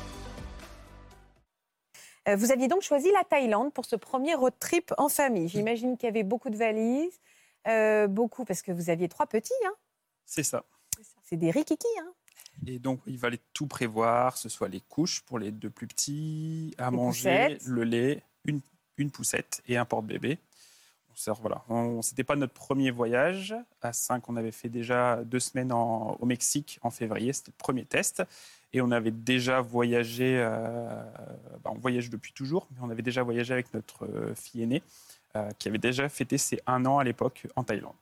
S1: Euh, vous aviez donc choisi la Thaïlande pour ce premier road trip en famille. J'imagine qu'il y avait beaucoup de valises, euh, beaucoup, parce que vous aviez trois petits. Hein.
S2: C'est ça.
S1: C'est des rikiki. Hein.
S2: Et donc, il fallait tout prévoir, que ce soit les couches pour les deux plus petits, à
S1: Les
S2: manger,
S1: poussettes.
S2: le lait, une, une poussette et un porte-bébé. On sort, voilà. On, c'était pas notre premier voyage. À cinq, on avait fait déjà deux semaines en- au Mexique en février. C'était le premier test. Et on avait déjà voyagé, euh, bah, on voyage depuis toujours, mais on avait déjà voyagé avec notre euh, fille aînée, euh, qui avait déjà fêté ses un an à l'époque en Thaïlande.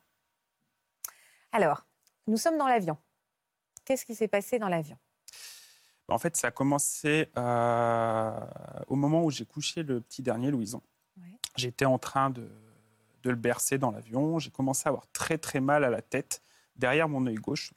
S1: Alors, nous sommes dans l'avion. Qu'est-ce qui s'est passé dans l'avion?
S2: En fait, ça a commencé euh, au moment où j'ai couché le petit dernier, Louison.
S1: Oui.
S2: J'étais en train de, de le bercer dans l'avion. J'ai commencé à avoir très, très mal à la tête, derrière mon œil gauche.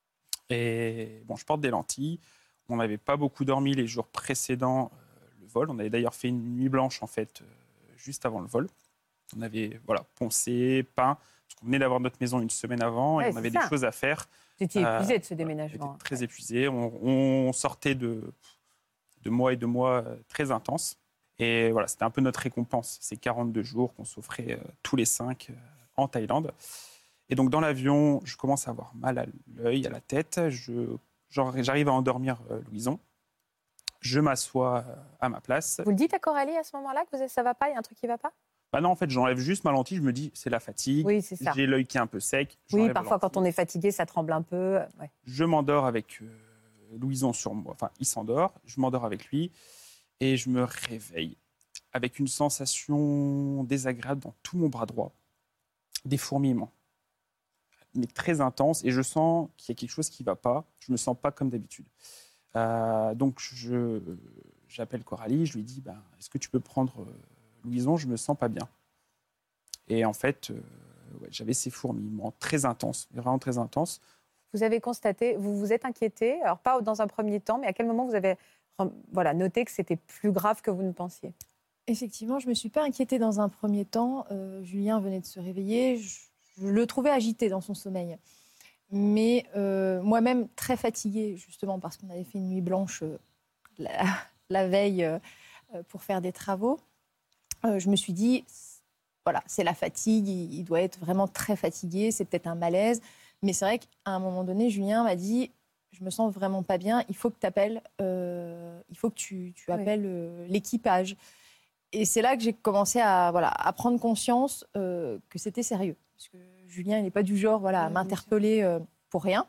S2: Et bon, je porte des lentilles. On n'avait pas beaucoup dormi les jours précédents euh, le vol. On avait d'ailleurs fait une nuit blanche, en fait, euh, juste avant le vol. On avait voilà, poncé, peint, parce qu'on venait d'avoir notre maison une semaine avant
S1: Ouais,
S2: et on
S1: c'est
S2: avait
S1: ça.
S2: des choses à faire.
S1: Vous étiez
S2: Euh,
S1: épuisé de ce
S2: Voilà,
S1: déménagement.
S2: on était très épuisé. On, on sortait de, de mois et de mois euh, très intenses. Et voilà, c'était un peu notre récompense, ces quarante-deux jours qu'on s'offrait euh, tous les cinq euh, en Thaïlande. Et donc, dans l'avion, je commence à avoir mal à l'œil, à la tête. Je, genre, j'arrive à endormir euh, Louison. Je m'assois euh, à ma place.
S1: Vous le dites à Coralie à ce moment-là que vous- ça ne va pas, il y a un truc qui ne va pas?
S2: Bah non, en fait, j'enlève juste ma lentille. Je me dis, c'est la fatigue.
S1: Oui, c'est ça.
S2: J'ai l'œil qui est un peu sec.
S1: Oui,
S2: j'enlève la
S1: parfois, quand
S2: lentille.
S1: on est fatigué, ça tremble un peu. Ouais.
S2: Je m'endors avec euh, Louison sur moi. Enfin, il s'endort. Je m'endors avec lui. Et je me réveille avec une sensation désagréable dans tout mon bras droit. Des fourmillements. Mais très intense. Et je sens qu'il y a quelque chose qui ne va pas. Je ne me sens pas comme d'habitude. Euh, donc, je, j'appelle Coralie. Je lui dis, ben, est-ce que tu peux prendre euh, Louison? Je ne me sens pas bien. Et en fait, euh, ouais, j'avais ces fourmillements très intenses. Vraiment très intenses.
S1: Vous avez constaté, vous vous êtes inquiété, alors pas dans un premier temps, mais à quel moment vous avez voilà, noté que c'était plus grave que vous ne pensiez?
S5: Effectivement, je ne me suis pas inquiétée dans un premier temps. Euh, Julien venait de se réveiller. Je, je le trouvais agité dans son sommeil. Mais euh, moi-même, très fatiguée, justement, parce qu'on avait fait une nuit blanche euh, la, la veille euh, pour faire des travaux, euh, je me suis dit, voilà, c'est la fatigue, il, il doit être vraiment très fatigué, c'est peut-être un malaise. Mais c'est vrai qu'à un moment donné, Julien m'a dit, je me sens vraiment pas bien, il faut que, t'appelles, euh, il faut que tu, tu appelles euh, l'équipage. Et c'est là que j'ai commencé à, voilà, à prendre conscience euh, que c'était sérieux. Parce que Julien, il n'est pas du genre voilà, à
S1: Oui,
S5: m'interpeller euh, pour rien,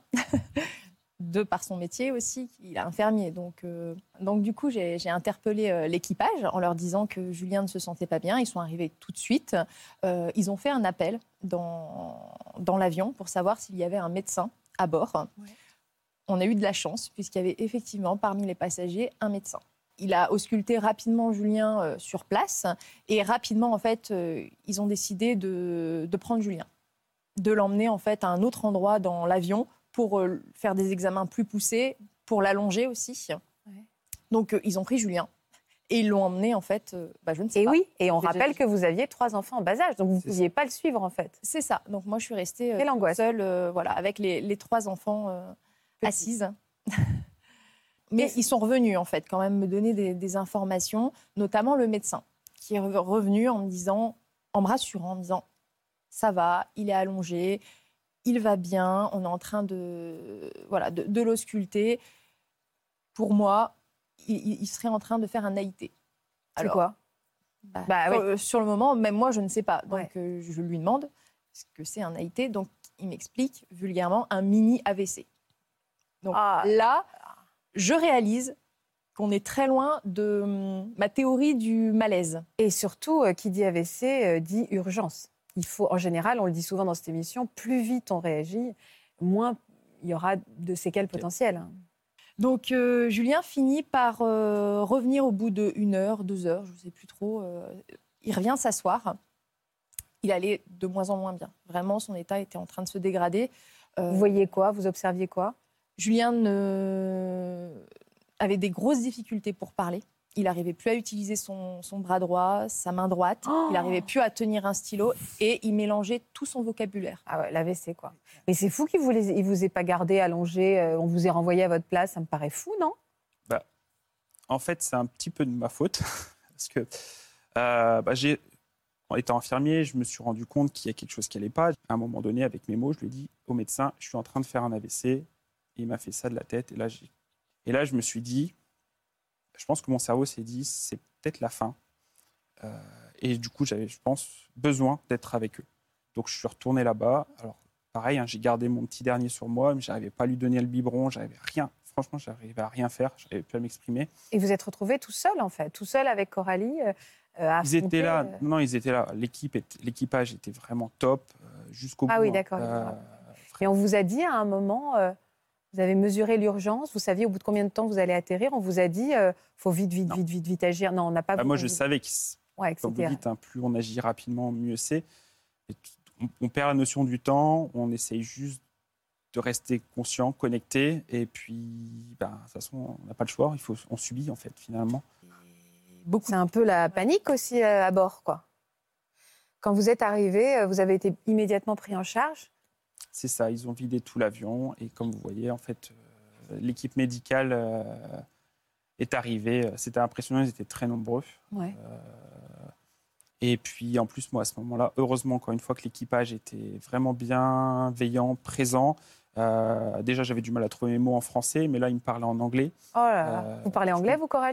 S5: de par son métier aussi, il est infirmier. Donc, euh, donc du coup, j'ai, j'ai interpellé euh, l'équipage en leur disant que Julien ne se sentait pas bien. Ils sont arrivés tout de suite. Euh, ils ont fait un appel dans, dans l'avion pour savoir s'il y avait un médecin à bord. Ouais.
S13: on a eu de la chance, puisqu'il y avait effectivement parmi les passagers un médecin. Il a ausculté rapidement Julien euh, sur place et rapidement, en fait, euh, ils ont décidé de, de prendre Julien, de l'emmener en fait à un autre endroit dans l'avion pour euh, faire des examens plus poussés, pour l'allonger aussi. Ouais. Donc, euh, ils ont pris Julien. Et ils l'ont emmené, en fait, euh, bah, je ne sais
S1: et
S13: pas.
S1: Et oui, et on
S13: Déjà
S1: rappelle
S13: dit.
S1: que vous aviez trois enfants en bas âge, donc vous ne pouviez pas le suivre, en fait.
S13: C'est ça. Donc moi, je suis restée
S1: Quelle
S13: euh,
S1: angoisse.
S13: seule, euh, voilà, avec les, les trois enfants euh, assises. Mais et ils sont revenus, en fait, quand même me donner des, des informations, notamment le médecin, qui est revenu en me disant, en me rassurant, en me disant, ça va, il est allongé, il va bien, on est en train de, voilà, de, de l'ausculter. Pour moi, il, il serait en train de faire un A I T.
S1: C'est quoi
S13: bah,
S1: bah,
S13: sur,
S1: oui.
S13: sur le moment, même moi, je ne sais pas. Donc,
S1: ouais.
S13: euh, je lui demande ce que c'est un A I T. Donc, il m'explique vulgairement un mini A V C. Donc ah. là, je réalise qu'on est très loin de hum, ma théorie du malaise.
S1: Et surtout, euh, qui dit A V C euh, dit urgence. Il faut, en général, on le dit souvent dans cette émission, plus vite on réagit, moins il y aura de séquelles potentielles.
S13: Donc, euh, Julien finit par euh, revenir au bout d'une heure, deux heures, je ne sais plus trop. Euh, il revient s'asseoir. Il allait de moins en moins bien. Vraiment, son état était en train de se dégrader.
S1: Euh, Vous voyez quoi ? Vous observiez quoi ?
S13: Julien ne... avait des grosses difficultés pour parler. Il n'arrivait plus à utiliser son, son bras droit, sa main droite. Oh il n'arrivait plus à tenir un stylo et il mélangeait tout son vocabulaire.
S1: Ah ouais, l'A V C, quoi. Mais c'est fou qu'il ne vous ait pas gardé allongé, euh, on vous ait renvoyé à votre place. Ça me paraît fou, non ?
S2: bah, En fait, c'est un petit peu de ma faute. Parce que, euh, bah, j'ai, en étant infirmier, je me suis rendu compte qu'il y a quelque chose qui n'allait pas. À un moment donné, avec mes mots, je lui ai dit au médecin, je suis en train de faire un A V C. Et il m'a fait ça de la tête. Et là, j'ai... et là je me suis dit... Je pense que mon cerveau s'est dit, c'est peut-être la fin. Euh, et du coup, j'avais, je pense, besoin d'être avec eux. Donc, je suis retourné là-bas. Alors, pareil, hein, j'ai gardé mon petit dernier sur moi, mais je n'arrivais pas à lui donner le biberon. J'arrivais rien. Franchement, je n'arrivais à rien faire. Je n'arrivais plus à m'exprimer.
S1: Et vous êtes retrouvé tout seul, en fait, tout seul avec Coralie euh, à
S2: Ils étaient là.
S1: euh...
S2: Non, ils étaient là. L'équipe, était, l'équipage était vraiment top euh, jusqu'au
S1: ah
S2: bout.
S1: Ah oui, d'accord.
S2: Euh,
S1: et on vous a dit à un moment... Euh... Vous avez mesuré l'urgence, vous saviez au bout de combien de temps vous allez atterrir. On vous a dit, il euh, faut vite, vite, non. vite, vite, vite agir. Non, on n'a pas...
S2: Bah, moi, je
S1: vous...
S2: savais que,
S1: ouais,
S2: comme vous dites, hein, plus on agit rapidement, mieux c'est. Et on, on perd la notion du temps, on essaye juste de rester conscient, connecté. Et puis, bah, de toute façon, on n'a pas le choix, il faut, on subit, en fait, finalement.
S1: Beaucoup. C'est un peu la panique aussi euh, à bord, quoi. Quand vous êtes arrivé, vous avez été immédiatement pris en charge.
S2: C'est ça, ils ont vidé tout l'avion et comme vous voyez, en fait, euh, l'équipe médicale euh, est arrivée. C'était impressionnant, ils étaient très nombreux.
S1: Ouais.
S2: Euh, et puis, en plus, moi, à ce moment-là, heureusement, encore une fois, que l'équipage était vraiment bienveillant, présent. Euh, déjà, j'avais du mal à trouver mes mots en français, mais là, ils me parlaient en anglais.
S1: Oh là là. Euh, vous parlez anglais, vous, Coralie ?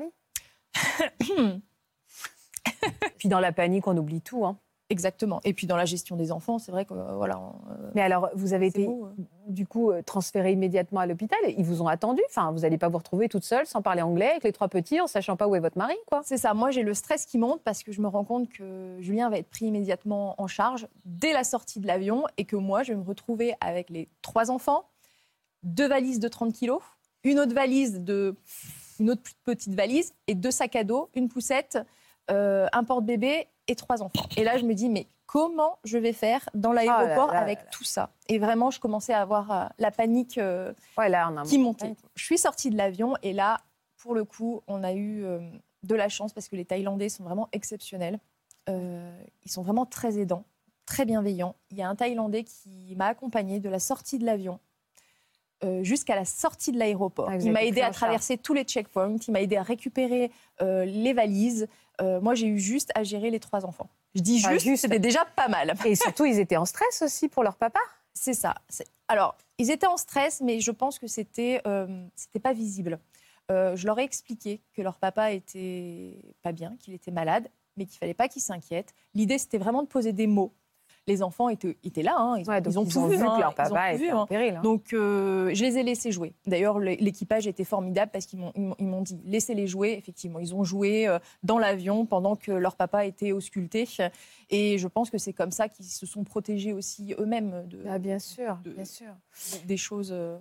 S1: Puis dans la panique, on oublie tout, hein.
S13: Exactement. Et puis dans la gestion des enfants, c'est vrai que euh, voilà. Euh,
S1: Mais alors, vous avez été
S13: beau, euh.
S1: du coup transférée immédiatement à l'hôpital. Ils vous ont attendu. Enfin, vous n'allez pas vous retrouver toute seule, sans parler anglais, avec les trois petits, en sachant pas où est votre mari, quoi.
S13: C'est ça. Moi, j'ai le stress qui monte parce que je me rends compte que Julien va être pris immédiatement en charge dès la sortie de l'avion et que moi, je vais me retrouver avec les trois enfants, deux valises de trente kilos, une autre valise de, une autre petite valise et deux sacs à dos, une poussette, euh, un porte-bébé et trois enfants. Et là, je me dis, mais comment je vais faire dans l'aéroport oh là là avec là là. tout ça ? Et vraiment, je commençais à avoir euh, la panique euh,
S1: ouais, là, on a
S13: qui montait. Je suis sortie de l'avion et là, pour le coup, on a eu euh, de la chance parce que les Thaïlandais sont vraiment exceptionnels. Euh, ils sont vraiment très aidants, très bienveillants. Il y a un Thaïlandais qui m'a accompagnée de la sortie de l'avion Euh, jusqu'à la sortie de l'aéroport. Ah, il m'a aidé à traverser tous les checkpoints, il m'a aidé à récupérer euh, les valises. Euh, moi, j'ai eu juste à gérer les trois enfants. Je dis juste, juste. C'était déjà pas mal.
S1: Et surtout, ils étaient en stress aussi pour leur papa.
S13: C'est ça. C'est... Alors, ils étaient en stress, mais je pense que c'était, euh, c'était pas visible. Euh, je leur ai expliqué que leur papa était pas bien, qu'il était malade, mais qu'il fallait pas qu'ils s'inquiètent. L'idée, c'était vraiment de poser des mots. Les enfants étaient, étaient là, hein. ils,
S1: ouais,
S13: ils ont
S1: ils
S13: tout
S1: ont
S13: vu,
S1: vu
S13: hein.
S1: que leur papa
S13: était
S1: vu, en péril. Hein.
S13: Donc, euh, je les ai laissés jouer. D'ailleurs, l'équipage était formidable parce qu'ils m'ont, ils m'ont dit laissez-les jouer. Effectivement, ils ont joué dans l'avion pendant que leur papa était ausculté. Et je pense que c'est comme ça qu'ils se sont protégés aussi eux-mêmes de,
S1: ah, bien sûr,
S13: de,
S1: bien sûr.
S13: De, des choses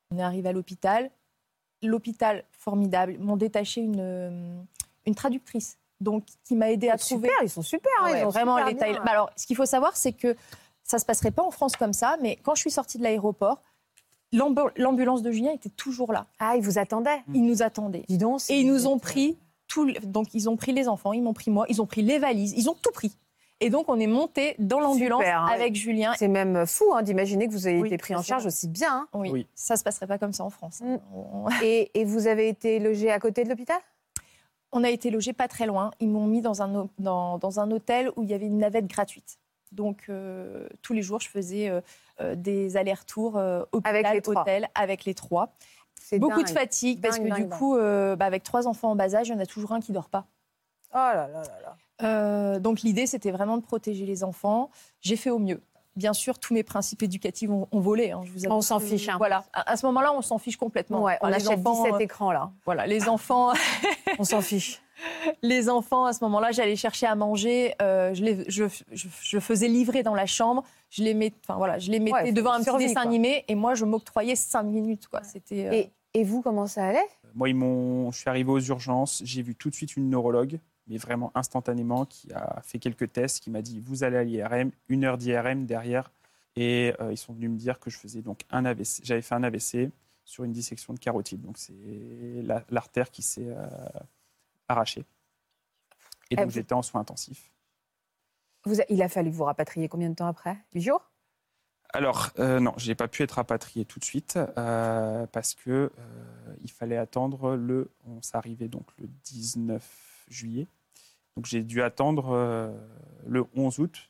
S13: On est arrivé à l'hôpital. L'hôpital, formidable. Ils m'ont détaché une, une traductrice. Donc, qui m'a aidé à
S1: super,
S13: trouver.
S1: Ils sont super, hein,
S13: Ouais,
S1: ils ont
S13: vraiment
S1: super
S13: les
S1: bien.
S13: Thaï- Bah alors, ce qu'il faut savoir, c'est que ça se passerait pas en France comme ça, mais quand je suis sortie de l'aéroport, l'ambu- l'ambulance de Julien était toujours là.
S1: Ah, ils vous attendaient.
S13: Ils nous attendaient.
S1: Dis donc.
S13: Et ils nous ont pris tout. le- Donc, ils ont pris les enfants, ils m'ont pris moi, ils ont pris les valises, ils ont tout pris. Et donc, on est monté dans l'ambulance
S1: Super, hein.
S13: avec Julien.
S1: C'est même fou hein, d'imaginer que vous ayez
S13: Oui,
S1: été pris en
S13: c'est
S1: charge
S13: vrai.
S1: aussi bien. hein.
S13: Oui,
S6: Oui.
S13: ça se passerait pas comme ça en France.
S1: Mm.
S13: On-
S1: Et, et vous avez été logé à côté de l'hôpital?
S13: On a été logés pas très loin. Ils m'ont mis dans un, ho- dans, dans un hôtel où il y avait une navette gratuite. Donc, euh, tous les jours, je faisais euh, euh, des allers-retours euh,
S1: Avec les
S13: hôpital,
S1: trois.
S13: hôtel, avec les trois.
S1: C'est
S13: Beaucoup de
S1: dingue.
S13: fatigue, parce
S1: Dingue,
S13: que
S1: dingue,
S13: du
S1: dingue.
S13: coup, euh, bah, avec trois enfants en bas âge, il y en a toujours un qui dort pas.
S1: Oh là là là là.
S13: Euh, donc, l'idée, c'était vraiment de protéger les enfants. J'ai fait au mieux. Bien sûr, tous mes principes éducatifs ont, ont volé. hein, je vous avoue
S1: On s'en
S13: que-
S1: fiche, hein.
S13: Voilà. À, à ce moment-là, on s'en fiche complètement.
S1: Ouais, on
S13: Enfin, les
S1: achète
S13: enfants,
S1: dix-sept
S13: euh,
S1: écrans là.
S13: Voilà, les enfants.
S1: On s'en fiche.
S13: Les enfants, à ce moment-là, j'allais chercher à manger. euh, je, les, je, je, je faisais livrer dans la chambre. Je les, met, enfin, voilà, je les mettais
S1: Ouais,
S13: devant un petit
S1: survie,
S13: dessin
S1: quoi.
S13: animé et moi, je m'octroyais cinq minutes. Quoi. C'était, euh,
S1: Et, et vous, comment ça allait?
S2: Moi, ils m'ont... je suis arrivé aux urgences, j'ai vu tout de suite une neurologue, mais vraiment instantanément, qui a fait quelques tests, qui m'a dit vous allez à l'I R M, une heure d'I R M derrière. Et euh, ils sont venus me dire que je faisais donc un A V C. J'avais fait un A V C sur une dissection de carotide. Donc, c'est la- l'artère qui s'est euh, arrachée. Et donc,
S1: vous-
S2: j'étais en soins intensifs.
S1: Vous a- Il a fallu vous rapatrier combien de temps après? Huit jours?
S2: Alors, euh, non, je n'ai pas pu être rapatrié tout de suite euh, parce que euh, il fallait attendre le... On s'arrivait donc le dix-neuf juillet. Donc, j'ai dû attendre euh, le onze août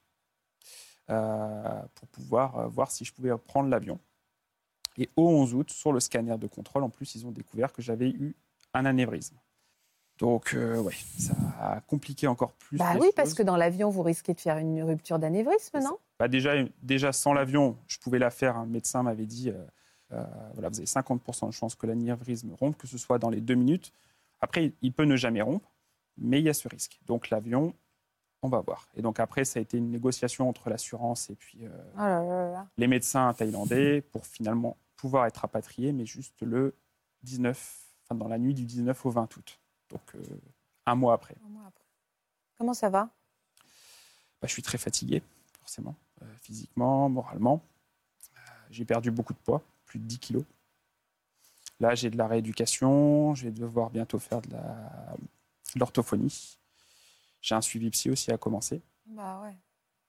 S2: euh, pour pouvoir euh, voir si je pouvais prendre l'avion. Et au onze août, sur le scanner de contrôle, en plus, ils ont découvert que j'avais eu un anévrisme. Donc, euh, ouais, ça a compliqué encore plus.
S1: Bah
S2: les
S1: oui,
S2: choses.
S1: parce que dans l'avion, vous risquez de faire une rupture d'anévrisme, non?
S2: Bah déjà, déjà, sans l'avion, je pouvais la faire. Un médecin m'avait dit, euh, euh, voilà, vous avez cinquante pour cent de chance que l'anévrisme rompe, que ce soit dans les deux minutes. Après, il peut ne jamais rompre, mais il y a ce risque. Donc l'avion, on va voir. Et donc après, ça a été une négociation entre l'assurance et puis euh,
S1: Oh là là là.
S2: les médecins thaïlandais pour finalement pouvoir être rapatrié, mais juste le dix-neuf, enfin dans la nuit du dix-neuf au vingt août. Donc euh, un mois après.
S1: Comment ça va?
S2: Bah, je suis très fatigué, forcément, euh, physiquement, moralement. Euh, j'ai perdu beaucoup de poids, plus de dix kilos. Là, j'ai de la rééducation, je vais devoir bientôt faire de, la... de l'orthophonie. J'ai un suivi psy aussi à commencer.
S1: Bah ouais.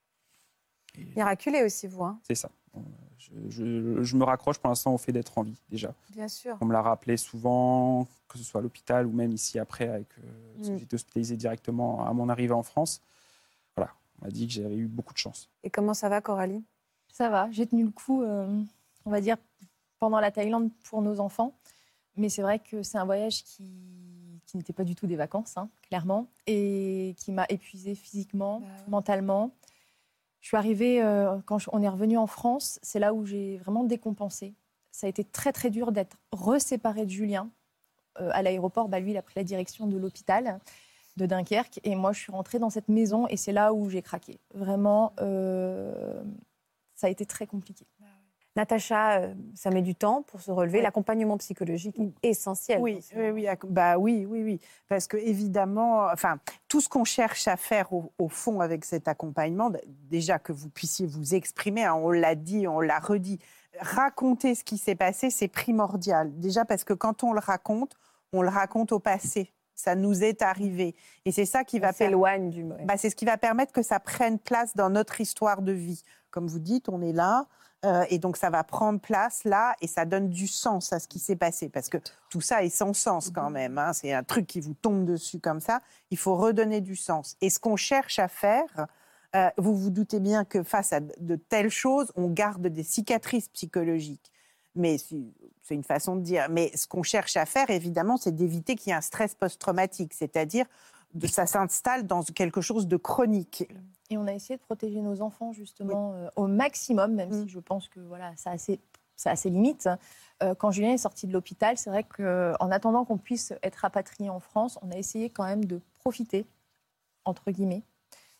S1: Miraculé aussi, vous, hein?
S2: C'est ça. Je, je- je me raccroche pour l'instant au fait d'être en vie, déjà.
S1: Bien sûr.
S2: On me l'a rappelé souvent, que ce soit à l'hôpital ou même ici après, avec, euh, parce que
S1: Mm.
S2: j'étais hospitalisé directement à mon arrivée en France. Voilà, on m'a dit que j'avais eu beaucoup de chance.
S1: Et comment ça va, Coralie?
S13: Ça va, j'ai tenu le coup, euh, on va dire, pendant la Thaïlande pour nos enfants. Mais c'est vrai que c'est un voyage qui, qui n'était pas du tout des vacances, hein, clairement, et qui m'a épuisée physiquement, mentalement. Je suis arrivée, euh, quand je- on est revenu en France, c'est là où j'ai vraiment décompensé. Ça a été très, très dur d'être reséparée de Julien. Euh, à l'aéroport, bah, lui, il a pris la direction de l'hôpital de Dunkerque. Et moi, je suis rentrée dans cette maison et c'est là où j'ai craqué. Vraiment, euh, ça a été très compliqué.
S1: Natacha, euh, ça met du temps pour se relever. L'accompagnement psychologique est essentiel.
S11: Oui, oui, oui, ac- bah oui, oui, oui, parce que évidemment, enfin, tout ce qu'on cherche à faire au, au fond avec cet accompagnement, d- déjà que vous puissiez vous exprimer, hein, on l'a dit, on l'a redit, raconter ce qui s'est passé, c'est primordial. Déjà parce que quand on le raconte, on le raconte au passé. Ça nous est arrivé, et c'est ça qui va
S1: s'éloigne du.
S11: Bah, c'est ce qui va permettre que ça prenne place dans notre histoire de vie. Comme vous dites, on est là. Euh, et donc, ça va prendre place là et ça donne du sens à ce qui s'est passé. Parce que tout ça est sans sens quand même. Hein. C'est un truc qui vous tombe dessus comme ça. Il faut redonner du sens. Et ce qu'on cherche à faire, euh, vous vous doutez bien que face à de telles choses, on garde des cicatrices psychologiques. Mais c'est une façon de dire. Mais ce qu'on cherche à faire, évidemment, c'est d'éviter qu'il y ait un stress post-traumatique. C'est-à-dire que ça s'installe dans quelque chose de chronique.
S13: Et on a essayé de protéger nos enfants justement euh, au maximum, même
S11: Mm.
S13: si je pense que voilà, ça a ses, ça a ses limites. Euh, quand Julien est sorti de l'hôpital, c'est vrai qu'en attendant qu'on puisse être rapatrié en France, on a essayé quand même de profiter, entre guillemets,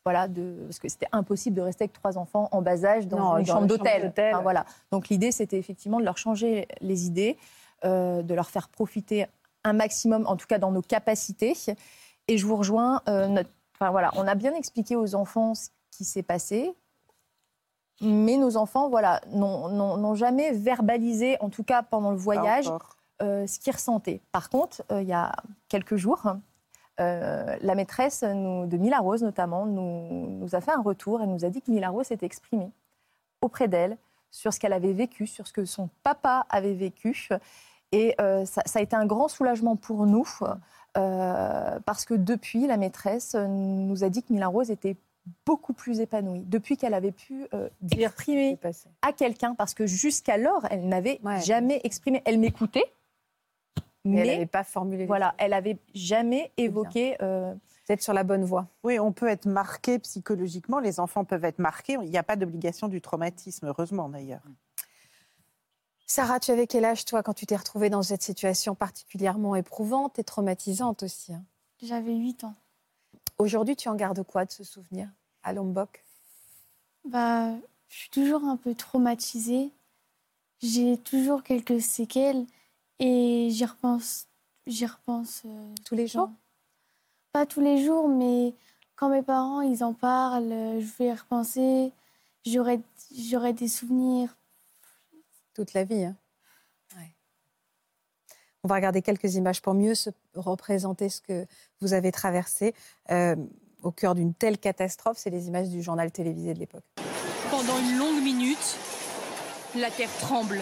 S13: Voilà, de, parce que c'était impossible de rester avec trois enfants en bas âge dans
S1: Non,
S13: une
S1: dans
S13: chambre
S1: la
S13: d'hôtel.
S1: chambre d'hôtel.
S13: Enfin, voilà. Donc l'idée, c'était effectivement de leur changer les idées, euh, de leur faire profiter un maximum, en tout cas dans nos capacités. Et je vous rejoins. Euh, notre, enfin, voilà, on a bien expliqué aux enfants ce qui s'est passé, mais nos enfants, voilà, n'ont, n'ont, n'ont jamais verbalisé, en tout cas pendant le voyage, euh, ce qu'ils ressentaient. Par contre, euh, il y a quelques jours. Euh, la maîtresse nous, de Mila Rose, notamment, nous, nous a fait un retour. Elle nous a dit que Mila Rose s'était exprimée auprès d'elle sur ce qu'elle avait vécu, sur ce que son papa avait vécu. Et euh, ça, ça a été un grand soulagement pour nous, euh, parce que depuis, la maîtresse nous a dit que Mila Rose était beaucoup plus épanouie, depuis qu'elle avait pu euh, exprimer à quelqu'un, parce que jusqu'alors, elle n'avait ouais. jamais exprimé. Elle m'écoutait,
S1: mais, mais elle n'avait pas formulé.
S13: Voilà, elle n'avait jamais évoqué. Euh,
S1: Vous êtes sur la bonne voie.
S11: Oui, on peut être marqué psychologiquement. Les enfants peuvent être marqués. Il n'y a pas d'obligation du traumatisme, heureusement d'ailleurs.
S1: Sarah, tu avais quel âge, toi, quand tu t'es retrouvée dans cette situation particulièrement éprouvante et traumatisante aussi, hein?
S10: J'avais huit ans.
S1: Aujourd'hui, tu en gardes quoi de ce souvenir à Lombok?
S10: Bah, je suis toujours un peu traumatisée. J'ai toujours quelques séquelles. Et j'y repense, j'y repense euh,
S1: tous les jours.
S10: Pas tous les jours, mais quand mes parents ils en parlent, euh, je vais y repenser. J'aurai, j'aurai des souvenirs.
S1: Toute la vie. Hein. Ouais. On va regarder quelques images pour mieux se représenter ce que vous avez traversé euh, au cœur d'une telle catastrophe. C'est les images du journal télévisé de l'époque.
S14: Pendant une longue minute, la terre tremble.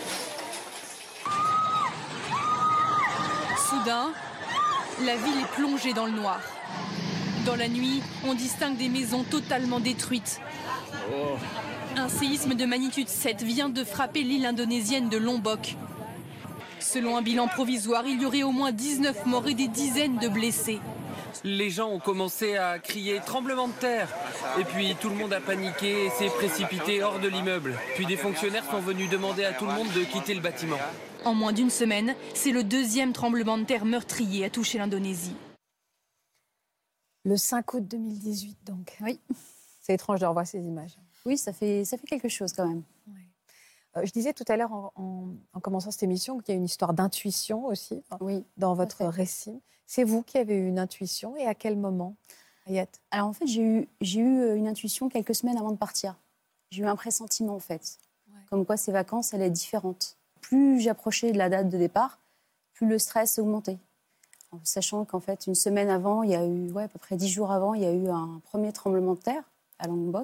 S14: Soudain, la ville est plongée dans le noir. Dans la nuit, on distingue des maisons totalement détruites. Oh. Un séisme de magnitude sept vient de frapper l'île indonésienne de Lombok. Selon un bilan provisoire, il y aurait au moins dix-neuf morts et des dizaines de blessés.
S15: Les gens ont commencé à crier « tremblement de terre » et puis tout le monde a paniqué et s'est précipité hors de l'immeuble. Puis des fonctionnaires sont venus demander à tout le monde de quitter le bâtiment.
S14: En moins d'une semaine, c'est le deuxième tremblement de terre meurtrier à toucher l'Indonésie.
S1: Le cinq août deux mille dix-huit, donc.
S7: Oui.
S1: C'est étrange de revoir ces images.
S7: Oui, ça fait, ça fait quelque chose quand même.
S1: Ouais. Euh, je disais tout à l'heure, en, en, en commençant cette émission, qu'il y a une histoire d'intuition aussi
S7: oui,
S1: dans votre récit. C'est vous qui avez eu une intuition et à quel moment, Ayette?
S7: Alors en fait, j'ai eu, j'ai eu une intuition quelques semaines avant de partir. J'ai eu un pressentiment en fait. Ouais. Comme quoi ces vacances allaient être différentes. Plus j'approchais de la date de départ, plus le stress augmentait. En sachant qu'en fait, une semaine avant, il y a eu, ouais, à peu près dix jours avant, il y a eu un premier tremblement de terre à Lombok.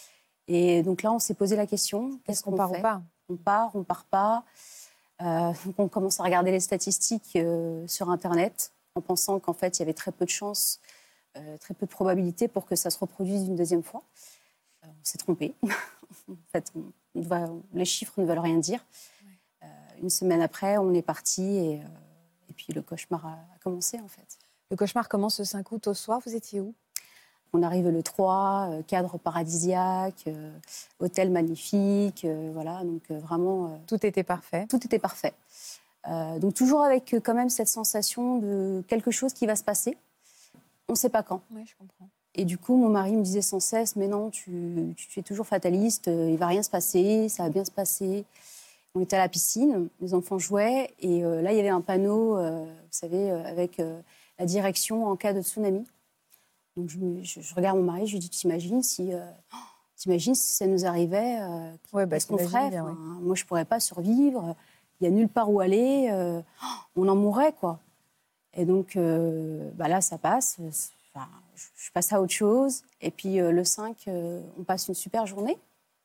S7: Et donc là, on s'est posé la question, qu'est-ce qu'on
S1: part
S7: fait?
S1: ou pas?
S7: On part, on part pas. Euh, donc on commence à regarder les statistiques euh, sur Internet, en pensant qu'en fait, il y avait très peu de chances, euh, très peu de probabilités pour que ça se reproduise une deuxième fois. Euh, on s'est trompé. En fait, on, on va, les chiffres ne veulent rien dire. Euh, une semaine après, on est parti et, euh, et puis le cauchemar a, a commencé, en fait.
S1: Le cauchemar commence ce cinq août au soir. Vous étiez où?
S7: On arrive le trois, euh, cadre paradisiaque, euh, hôtel magnifique, euh, voilà, donc euh, vraiment... Euh,
S1: tout était parfait.
S7: Tout était parfait. Euh, donc toujours avec euh, quand même cette sensation de quelque chose qui va se passer. On ne sait pas quand.
S1: Oui, je comprends.
S7: Et du coup, mon mari me disait sans cesse, mais non, tu, tu es toujours fataliste, euh, il ne va rien se passer, ça va bien se passer. On était à la piscine, les enfants jouaient, et euh, là, il y avait un panneau, euh, vous savez, euh, avec euh, la direction en cas de tsunami. Donc je, je, je regarde mon mari, je lui dis, t'imagines si, euh, oh, t'imagines si ça nous arrivait, euh,
S1: ouais, bah,
S7: qu'est-ce qu'on ferait?
S1: bien,
S7: enfin,
S1: ouais.
S7: Moi, je ne pourrais pas survivre, il n'y a nulle part où aller, euh, oh, on en mourrait, quoi. Et donc, euh, bah là, ça passe, enfin, je, je passe à autre chose. Et puis euh, le cinq, euh, on passe une super journée.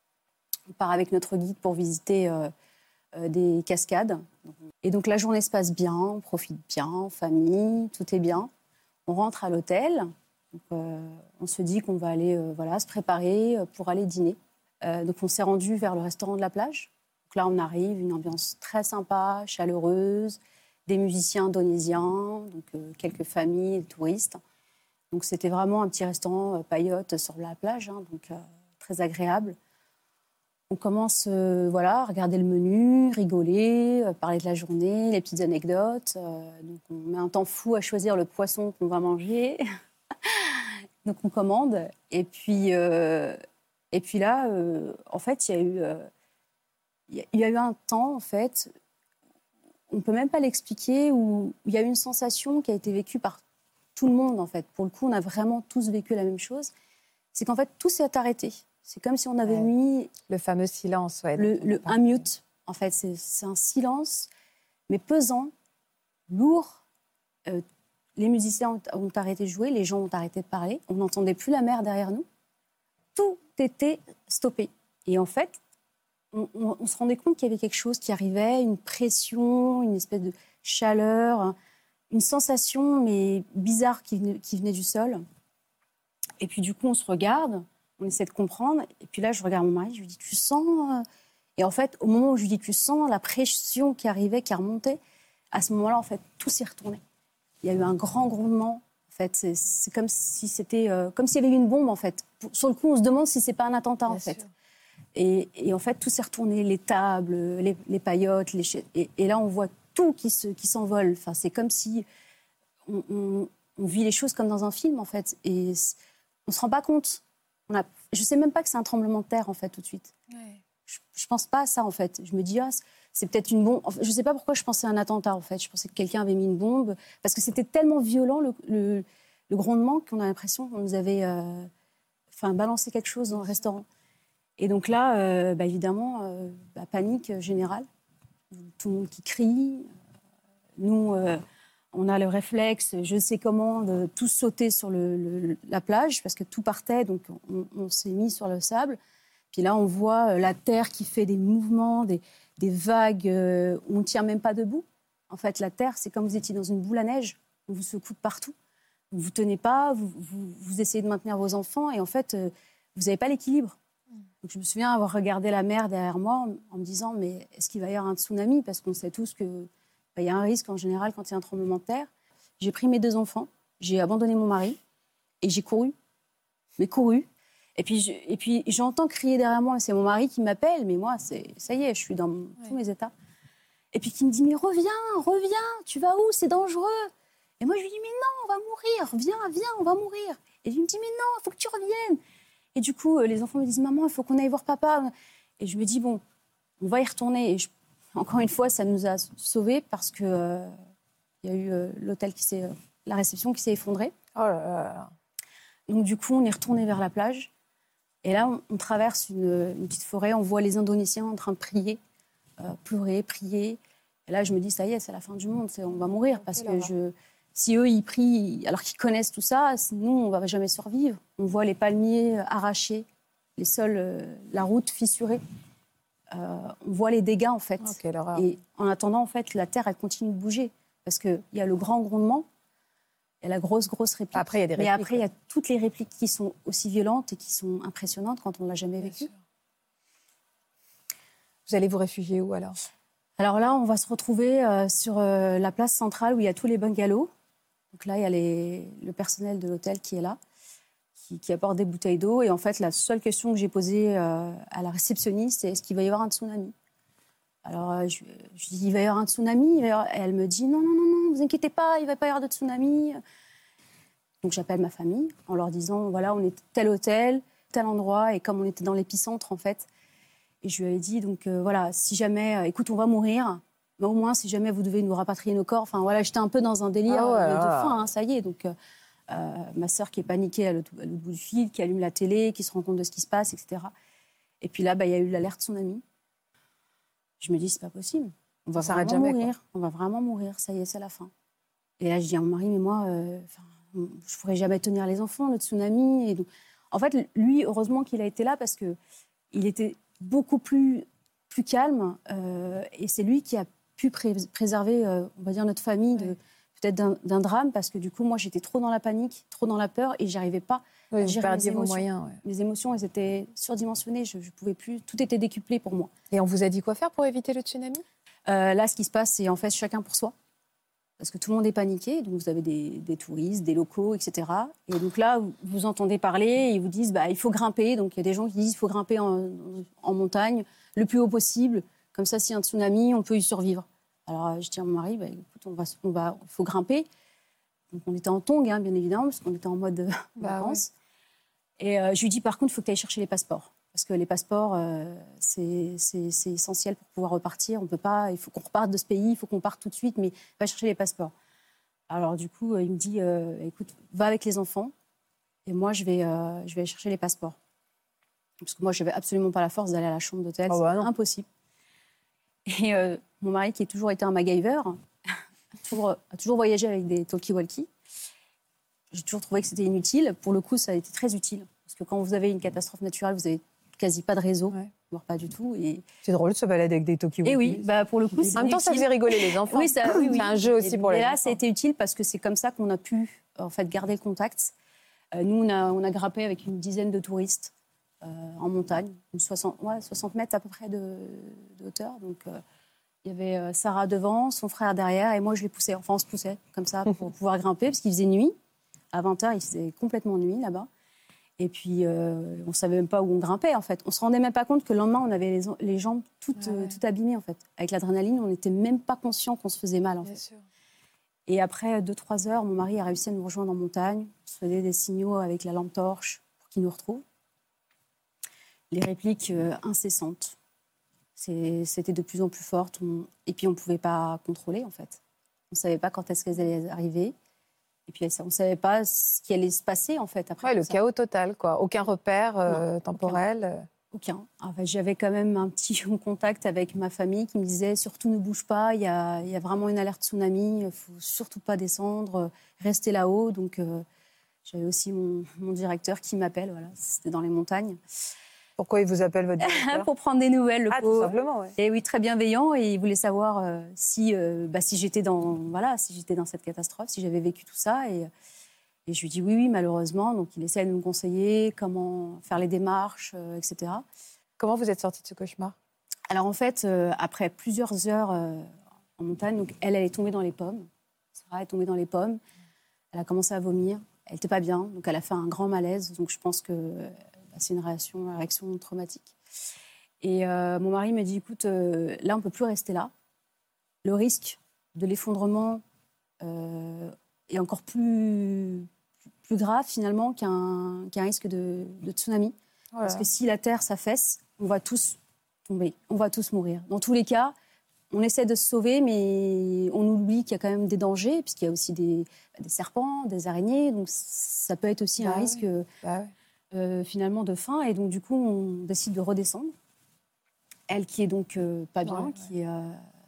S7: On part avec notre guide pour visiter euh, euh, des cascades. Et donc la journée se passe bien, on profite bien, en famille, tout est bien. On rentre à l'hôtel. Donc, euh, on se dit qu'on va aller euh, voilà, se préparer pour aller dîner. Euh, donc on s'est rendu vers le restaurant de la plage. Donc là, on arrive, une ambiance très sympa, chaleureuse, des musiciens indonésiens, donc euh, quelques familles, des touristes. Donc c'était vraiment un petit restaurant euh, paillote sur la plage, hein, donc euh, très agréable. On commence euh, voilà, à regarder le menu, rigoler, euh, parler de la journée, les petites anecdotes. Euh, donc on met un temps fou à choisir le poisson qu'on va manger. Donc on commande. Et puis, euh, et puis là, euh, en fait, il y a eu, euh, il y a eu un temps, en fait, on ne peut même pas l'expliquer, où il y a eu une sensation qui a été vécue par tout le monde, en fait. Pour le coup, on a vraiment tous vécu la même chose. C'est qu'en fait, tout s'est arrêté. C'est comme si on avait ouais. mis...
S1: Le fameux silence, ouais.
S7: Le, le, un mute, en fait. C'est, c'est un silence, mais pesant, lourd. Euh, les musiciens ont, ont arrêté de jouer, les gens ont arrêté de parler. On n'entendait plus la mer derrière nous. Tout était stoppé. Et en fait, on, on, on se rendait compte qu'il y avait quelque chose qui arrivait, une pression, une espèce de chaleur, une sensation, mais bizarre, qui venait, qui venait du sol. Et puis, du coup, on se regarde, on essaie de comprendre. Et puis là, je regarde mon mari, je lui dis, tu sens... Et en fait, au moment où je lui dis, tu sens la pression qui arrivait, qui remontait, à ce moment-là, en fait, tout s'est retourné. Il y a eu un grand grondement. En fait, c'est, c'est comme si c'était... Euh, comme s'il y avait eu une bombe, en fait. Pour, sur le coup, on se demande si c'est pas un attentat, Bien en fait. Et, et en fait, tout s'est retourné. Les tables, les, les paillotes, les chaises. Et, et là, on voit tout qui, se, qui s'envole. Enfin, c'est comme si on, on, on vit les choses comme dans un film, en fait. Et on ne se rend pas compte. On a, je ne sais même pas que c'est un tremblement de terre, en fait, tout de suite. Ouais. Je ne pense pas à ça, en fait. Je me dis, ah, c'est peut-être une bombe. Je ne sais pas pourquoi je pensais à un attentat, en fait. Je pensais que quelqu'un avait mis une bombe. Parce que c'était tellement violent, le, le, le grondement, qu'on a l'impression qu'on nous avait euh, enfin, balancé quelque chose dans le restaurant. Et donc là, euh, bah, évidemment, euh, bah, panique générale. Tout le monde qui crie. Nous, euh, on a le réflexe, je sais comment, de tous sauter sur le, le, la plage, parce que tout partait, donc on, on s'est mis sur le sable. Puis là, on voit la terre qui fait des mouvements, des, des vagues euh, où on ne tient même pas debout. En fait, la terre, c'est comme vous étiez dans une boule à neige, on vous secoue de partout. Vous ne vous tenez pas, vous, vous, vous essayez de maintenir vos enfants, et en fait, euh, vous n'avez pas l'équilibre. Donc, je me souviens avoir regardé la mer derrière moi en, en me disant, mais est-ce qu'il va y avoir un tsunami ? Parce qu'on sait tous qu'il bah, y a un risque en général quand il y a un tremblement de terre. J'ai pris mes deux enfants, j'ai abandonné mon mari et j'ai couru, mais couru. Et puis, je, et puis j'entends crier derrière moi, c'est mon mari qui m'appelle, mais moi, c'est, ça y est, je suis dans mon, ouais. tous mes états. Et puis qui me dit, mais reviens, reviens, tu vas où ? C'est dangereux. Et moi, je lui dis, mais non, on va mourir, viens, viens, on va mourir. Et il me dit, mais non, il faut que tu reviennes. Et du coup, les enfants me disent, maman, il faut qu'on aille voir papa. Et je me dis, bon, on va y retourner. Et je, encore une fois, ça nous a sauvés parce qu'il euh, y a eu euh, l'hôtel qui s'est, euh, la réception qui s'est effondrée.
S1: Oh là là.
S7: Donc du coup, on est retourné vers la plage. Et là, on, on traverse une, une petite forêt. On voit les Indonésiens en train de prier, euh, pleurer, prier. Et là, je me dis, ça y est, c'est la fin du monde. C'est, on va mourir parce que je... Si eux, ils prient, alors qu'ils connaissent tout ça, nous, on ne va jamais survivre. On voit les palmiers arrachés, les sols, euh, la route fissurée. Euh, on voit les dégâts, en fait.
S1: Oh,
S7: et en attendant, en fait, la terre, elle continue de bouger. Parce qu'il y a le grand grondement, il y a la grosse, grosse réplique.
S1: Après, il y a des répliques.
S7: Mais après, il y a toutes les répliques qui sont aussi violentes et qui sont impressionnantes quand on ne l'a jamais vécu.
S1: Vous allez vous réfugier où, alors ?
S7: Alors là, on va se retrouver euh, sur euh, la place centrale où il y a tous les bungalows. Donc là, il y a les, le personnel de l'hôtel qui est là, qui, qui apporte des bouteilles d'eau. Et en fait, la seule question que j'ai posée euh, à la réceptionniste, c'est est-ce qu'il va y avoir un tsunami ? Alors, euh, je, je dis, il va y avoir un tsunami. Il va y avoir... Et elle me dit, non, non, non, non, vous inquiétez pas, il ne va pas y avoir de tsunami. Donc, j'appelle ma famille en leur disant, voilà, on est tel hôtel, tel endroit. Et comme on était dans l'épicentre, en fait, et je lui avais dit, donc euh, voilà, si jamais, euh, écoute, on va mourir... Mais au moins, si jamais vous devez nous rapatrier nos corps... Enfin, voilà, j'étais un peu dans un délire ah ouais, de, de faim, hein, ça y est. Donc, euh, ma sœur qui est paniquée à l'autre, à l'autre bout du fil, qui allume la télé, qui se rend compte de ce qui se passe, et cetera. Et puis là, bah, y a eu l'alerte tsunami. Je me dis, c'est pas possible. On va
S1: ça
S7: vraiment
S1: jamais,
S7: mourir.
S1: Quoi.
S7: On va vraiment mourir, ça y est, c'est la fin. Et là, je dis à mon mari, mais moi, euh, je ne pourrais jamais tenir les enfants, le tsunami. Et donc... En fait, lui, heureusement qu'il a été là parce qu'il était beaucoup plus, plus calme. Euh, et c'est lui qui a pu pré- préserver, euh, on va dire, notre famille de, ouais. peut-être d'un, d'un drame, parce que du coup, moi, j'étais trop dans la panique, trop dans la peur, et j'arrivais pas
S1: oui,
S7: à gérer mes émotions.
S1: Vos moyens, ouais.
S7: Mes émotions, elles étaient surdimensionnées, je, je pouvais plus, tout était décuplé pour moi.
S1: Et on vous a dit quoi faire pour éviter le tsunami ?
S7: euh, Là, ce qui se passe, c'est en fait chacun pour soi, parce que tout le monde est paniqué, donc vous avez des, des touristes, des locaux, et cetera. Et donc là, vous, vous entendez parler, et ils vous disent, bah, il faut grimper, donc il y a des gens qui disent, il faut grimper en, en montagne, le plus haut possible, comme ça, s'il y a un tsunami, on peut y survivre. Alors, je dis à mon mari, bah, écoute, on va, on va, faut grimper. Donc on était en tongs, hein, bien évidemment, parce qu'on était en mode euh,
S1: Bah
S7: vacances. Et euh, je lui dis, par contre, il faut que tu ailles chercher les passeports. Parce que les passeports, euh, c'est, c'est, c'est essentiel pour pouvoir repartir. On peut pas, il faut qu'on reparte de ce pays, il faut qu'on parte tout de suite, mais va chercher les passeports. Alors du coup, euh, il me dit, euh, écoute, va avec les enfants, et moi, je vais, euh, je vais aller chercher les passeports. Parce que moi, je n'avais absolument pas la force d'aller à la chambre d'hôtel,
S1: Oh bah
S7: c'est
S1: non.
S7: impossible. Et euh, mon mari, qui a toujours été un MacGyver, a toujours, a toujours voyagé avec des talkie-walkie. J'ai toujours trouvé que c'était inutile. Pour le coup, ça a été très utile. Parce que quand vous avez une catastrophe naturelle, vous n'avez quasi pas de réseau, voire pas du tout. Et...
S1: C'est drôle de se balader avec des talkie-walkie.
S7: Et oui, bah pour le coup, c'est
S1: En même temps, ça
S7: utile.
S1: faisait rigoler les enfants.
S7: Oui, ça, oui, oui.
S1: C'est un jeu aussi
S7: et,
S1: pour les
S7: Et là,
S1: enfants.
S7: ça a été utile parce que c'est comme ça qu'on a pu en fait, garder le contact. Euh, nous, on a, on a grimpé avec une dizaine de touristes euh, en montagne, une soixante, ouais, soixante mètres à peu près de, de hauteur. Donc, euh, il y avait euh, Sarah devant, son frère derrière, et moi, je les poussais. Enfin, on se poussait comme ça pour pouvoir grimper, parce qu'il faisait nuit. À vingt heures, il faisait complètement nuit là-bas. Et puis, euh, on ne savait même pas où on grimpait, en fait. On ne se rendait même pas compte que le lendemain, on avait les, les jambes toutes,
S1: Ah ouais.
S7: euh, toutes abîmées, en fait. Avec l'adrénaline, on n'était même pas conscient qu'on se faisait mal, en
S1: Bien
S7: fait.
S1: sûr.
S7: Et après deux trois heures, mon mari a réussi à nous rejoindre en montagne. On se faisait des signaux avec la lampe torche pour qu'il nous retrouve. Les répliques euh, incessantes. C'est, c'était de plus en plus forte. On, et puis, on ne pouvait pas contrôler, en fait. On ne savait pas quand est-ce qu'elles allaient arriver. Et puis, on ne savait pas ce qui allait se passer, en fait, après.
S1: Ouais, le
S7: ça.
S1: chaos total, quoi. Aucun repère euh,
S7: Non,
S1: temporel.
S7: Aucun. En fait, j'avais quand même un petit contact avec ma famille qui me disait surtout ne bouge pas, il y a, il y a vraiment une alerte tsunami, il ne faut surtout pas descendre, restez là-haut. Donc, euh, j'avais aussi mon, mon directeur qui m'appelle, voilà, c'était dans les montagnes.
S1: Pourquoi il vous appelle votre directeur?
S7: Pour prendre des nouvelles, le
S1: Ah,
S7: pauvre.
S1: tout simplement, ouais.
S7: Et oui, très bienveillant, et il voulait savoir euh, si, euh, bah, si, j'étais dans, voilà, si j'étais dans cette catastrophe, si j'avais vécu tout ça. Et, Et je lui dis oui, oui, malheureusement. Donc, il essaie de nous conseiller comment faire les démarches, euh, et cetera.
S1: Comment vous êtes sortie de ce cauchemar?
S7: Alors, en fait, euh, après plusieurs heures euh, en montagne, donc, elle, elle est tombée dans les pommes. Sarah est tombée dans les pommes. Elle a commencé à vomir. Elle n'était pas bien. Donc, elle a fait un grand malaise. Donc, je pense que euh, bah, c'est une réaction, une réaction traumatique. Et euh, mon mari me dit, écoute, euh, là, on ne peut plus rester là. Le risque de l'effondrement euh, est encore plus... plus grave finalement qu'un, qu'un risque de, de tsunami.
S1: Voilà.
S7: Parce que si la Terre s'affaisse, on va tous tomber, on va tous mourir. Dans tous les cas, on essaie de se sauver, mais on oublie qu'il y a quand même des dangers, puisqu'il y a aussi des, des serpents, des araignées, donc ça peut être aussi
S1: bah
S7: un
S1: oui.
S7: risque
S1: bah oui.
S7: euh, finalement de faim. Et donc du coup, on décide de redescendre. Elle qui est donc euh, pas bien,
S1: Ouais,
S7: qui est euh,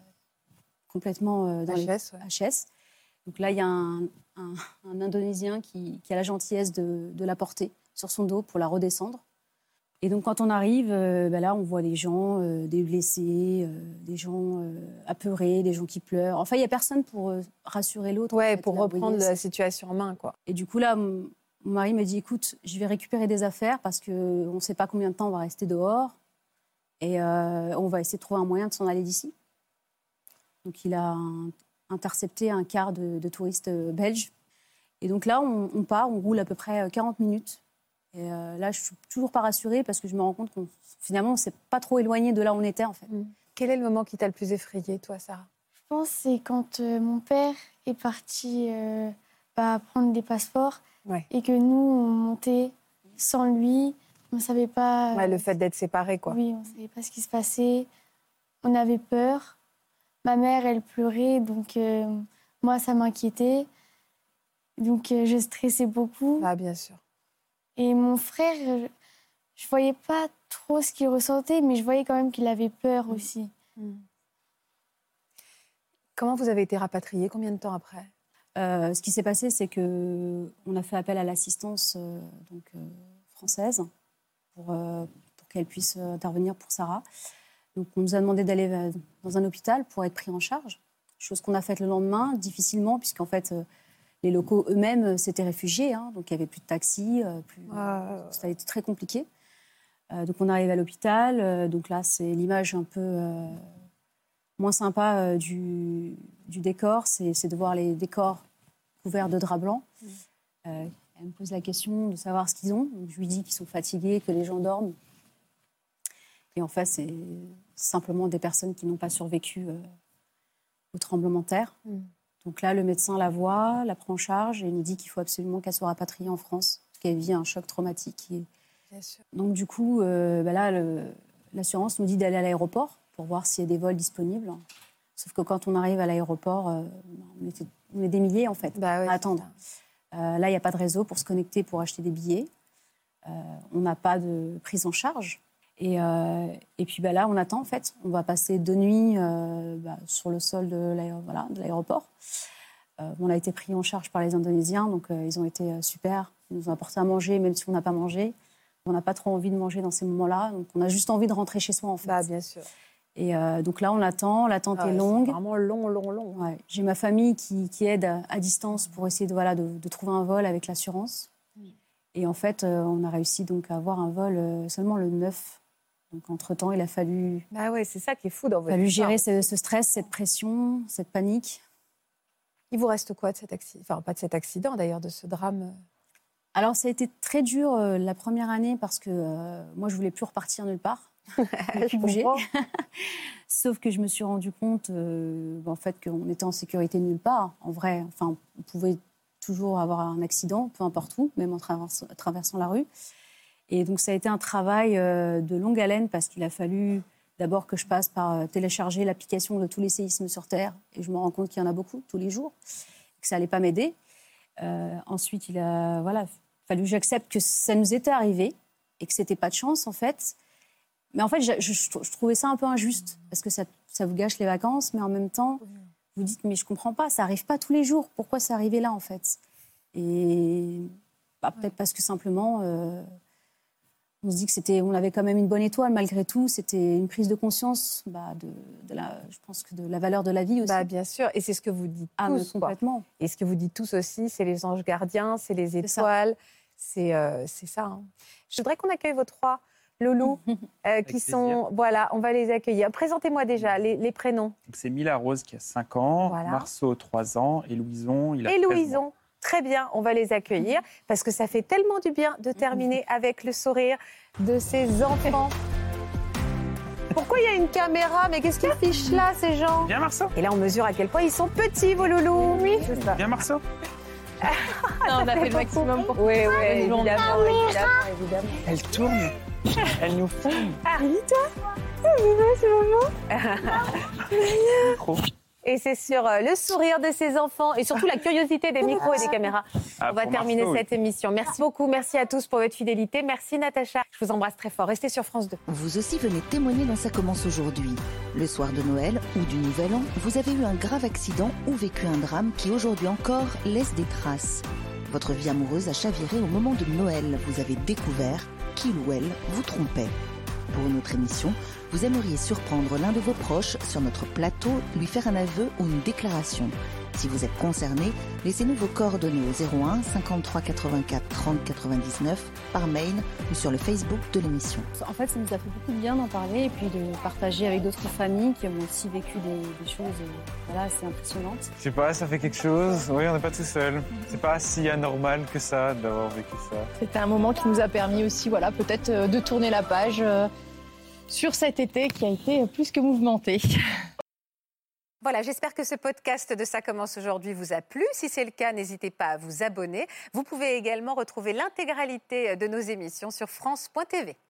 S7: complètement euh, dans
S1: H S,
S7: les
S1: ouais.
S7: H S. Donc là, il y a un, un, un Indonésien qui, qui a la gentillesse de, de la porter sur son dos pour la redescendre. Et donc, quand on arrive, euh, ben là, on voit des gens, euh, des blessés, euh, des gens euh, apeurés, des gens qui pleurent. Enfin, il n'y a personne pour euh, rassurer l'autre.
S1: Ouais,
S7: en fait,
S1: pour
S7: là, vous
S1: reprendre
S7: voyez,
S1: la
S7: c'est-
S1: situation en main, quoi.
S7: Et du coup, là, mon, mon mari me dit, écoute, je vais récupérer des affaires parce qu'on ne sait pas combien de temps on va rester dehors. Et euh, on va essayer de trouver un moyen de s'en aller d'ici. Donc, il a un- intercepté un quart de, de touristes euh, belges. Et donc là, on, on part, on roule à peu près quarante minutes. Et euh, là, je ne suis toujours pas rassurée parce que je me rends compte qu'on finalement, on ne s'est pas trop éloigné de là où on était, en fait.
S1: Quel est le moment qui t'a le plus effrayé, toi, Sarah?
S5: Je pense que c'est quand euh, mon père est parti euh, bah, prendre des passeports
S1: Ouais.
S5: et que nous, on montait sans lui. On ne savait pas...
S1: Ouais, le fait d'être séparés, quoi.
S5: Oui, on ne savait pas ce qui se passait. On avait peur. Ma mère, elle pleurait, donc euh, moi, ça m'inquiétait. Donc, euh, je stressais beaucoup.
S1: Ah, bien sûr.
S5: Et mon frère, je ne voyais pas trop ce qu'il ressentait, mais je voyais quand même qu'il avait peur aussi.
S1: Mm. Comment vous avez été rapatriés? Combien de temps après?
S7: Euh, ce qui s'est passé, c'est qu'on a fait appel à l'assistance euh, donc, euh, française pour, euh, pour qu'elle puisse euh, intervenir pour Sarah. Donc, on nous a demandé d'aller euh, dans un hôpital pour être pris en charge, chose qu'on a faite le lendemain, difficilement, puisqu'en fait, euh, les locaux eux-mêmes euh, s'étaient réfugiés, hein, donc il n'y avait plus de taxi, euh, plus,
S1: Ah.
S7: ça a été très compliqué. Euh, donc, on arrive à l'hôpital, euh, donc là, c'est l'image un peu euh, moins sympa euh, du, du décor, c'est, c'est de voir les décors couverts de drap blanc.
S1: Mm.
S7: Euh, elle me pose la question de savoir ce qu'ils ont. Donc, je lui dis qu'ils sont fatigués, que les gens dorment. Et en fait, c'est simplement des personnes qui n'ont pas survécu euh, au tremblement de terre.
S1: Mm.
S7: Donc là, le médecin la voit, la prend en charge et nous dit qu'il faut absolument qu'elle soit rapatriée en France, parce qu'elle vit un choc traumatique. Et...
S1: Bien sûr.
S7: Donc du coup, euh, bah là, le, l'assurance nous dit d'aller à l'aéroport pour voir s'il y a des vols disponibles. Sauf que quand on arrive à l'aéroport, euh, on, était, on est des milliers en fait
S1: bah ouais,
S7: à attendre. Euh, là, il n'y a pas de réseau pour se connecter, pour acheter des billets. Euh, on n'a pas de prise en charge. Et, euh, et puis bah, là, on attend en fait. On va passer deux nuits euh, bah, sur le sol de, l'aé- voilà, de l'aéroport. Euh, on a été pris en charge par les Indonésiens, donc euh, ils ont été euh, super. Ils nous ont apporté à manger, même si on n'a pas mangé. On n'a pas trop envie de manger dans ces moments-là, donc on a juste envie de rentrer chez soi en fait.
S1: Bah, bien sûr.
S7: Et euh, donc là, on attend, l'attente
S1: Ah ouais,
S7: est longue.
S1: C'est vraiment long, long, long.
S7: Ouais. J'ai ma famille qui, qui aide à, à distance pour essayer de, voilà, de, de trouver un vol avec l'assurance. Mm. Et en fait, euh, on a réussi donc à avoir un vol euh, seulement le neuf. Donc entre-temps, il a fallu,
S1: Ah ouais, c'est ça qui est fou dans votre
S7: fallu
S1: histoire.
S7: gérer ce, ce stress, cette pression, cette panique.
S1: Il vous reste quoi de cet accident? Enfin, pas de cet accident d'ailleurs, de ce drame.
S7: Alors, ça a été très dur euh, la première année parce que euh, moi, je voulais plus repartir nulle part. Je voulais plus bouger. Sauf que je me suis rendu compte euh, en fait, qu'on était en sécurité nulle part. En vrai, enfin, on pouvait toujours avoir un accident, peu importe où, même en traversant, traversant la rue. Et donc, ça a été un travail euh, de longue haleine parce qu'il a fallu d'abord que je passe par euh, télécharger l'application de tous les séismes sur Terre. Et je me rends compte qu'il y en a beaucoup, tous les jours, et que ça n'allait pas m'aider. Euh, ensuite, il a voilà, fallu que j'accepte que ça nous était arrivé et que ce n'était pas de chance, en fait. Mais en fait, je, je, je trouvais ça un peu injuste parce que ça, ça vous gâche les vacances, mais en même temps, vous dites, mais je ne comprends pas, ça n'arrive pas tous les jours. Pourquoi c'est arrivé là, en fait? Et bah, peut-être parce que simplement, euh, on se dit que c'était, on avait quand même une bonne étoile malgré tout. C'était une prise de conscience bah, de, de la, je pense que de la valeur de la vie aussi.
S1: Bah, bien sûr, et c'est ce que vous dites
S7: ah,
S1: tous.
S7: Complètement.
S1: Quoi. Et ce que vous dites tous aussi, c'est les anges gardiens, c'est les étoiles, c'est, euh, c'est ça. Hein. Je voudrais qu'on accueille vos trois loulous euh, qui sont... Voilà, on va les accueillir. Présentez-moi déjà les, les prénoms.
S2: Donc, c'est Mila Rose qui a cinq ans,
S1: Voilà.
S2: Marceau trois ans et Louison, il a
S1: Et
S2: treize mois.
S1: Louison. Très bien, on va les accueillir parce que ça fait tellement du bien de terminer avec le sourire de ces enfants. Pourquoi il y a une caméra? Mais qu'est-ce qu'ils fichent là, ces gens?
S2: Viens, Marceau.
S1: Et là, on mesure à quel point ils sont petits, vos loulous. Oui, c'est ça.
S2: Viens, Marceau.
S13: Non, on a fait le maximum pour
S1: Oui, oui,
S13: évidemment,
S1: évidemment, évidemment, évidemment.
S2: Elle tourne. Elle nous filme.
S1: Ah, dis-toi. C'est maman. Et c'est sur euh, le sourire de ces enfants et surtout la curiosité des micros et des caméras.
S2: Ah,
S1: On va
S2: pour
S1: terminer
S2: Marceau,
S1: cette
S2: oui.
S1: émission. Merci beaucoup, merci à tous pour votre fidélité. Merci Natacha, je vous embrasse très fort. Restez sur France deux.
S12: Vous aussi venez témoigner dans Ça commence aujourd'hui. Le soir de Noël ou du Nouvel An, vous avez eu un grave accident ou vécu un drame qui aujourd'hui encore laisse des traces. Votre vie amoureuse a chaviré au moment de Noël. Vous avez découvert qu'il ou elle vous trompait. Pour une autre émission, vous aimeriez surprendre l'un de vos proches sur notre plateau, lui faire un aveu ou une déclaration. Si vous êtes concerné, laissez-nous vos coordonnées au zéro un cinquante-trois quatre-vingt-quatre trente quatre-vingt-dix-neuf par mail ou sur le Facebook de l'émission.
S7: En fait, ça nous a fait beaucoup de bien d'en parler et puis de partager avec d'autres familles qui ont aussi vécu des, des choses euh, voilà, assez impressionnantes.
S6: Je sais pas, ça fait quelque chose. Oui, on n'est pas tout seul. C'est pas si anormal que ça d'avoir vécu ça.
S13: C'était un moment qui nous a permis aussi, voilà, peut-être euh, de tourner la page euh, sur cet été qui a été plus que mouvementé.
S1: Voilà, j'espère que ce podcast de Ça commence aujourd'hui vous a plu. Si c'est le cas, n'hésitez pas à vous abonner. Vous pouvez également retrouver l'intégralité de nos émissions sur France point T V.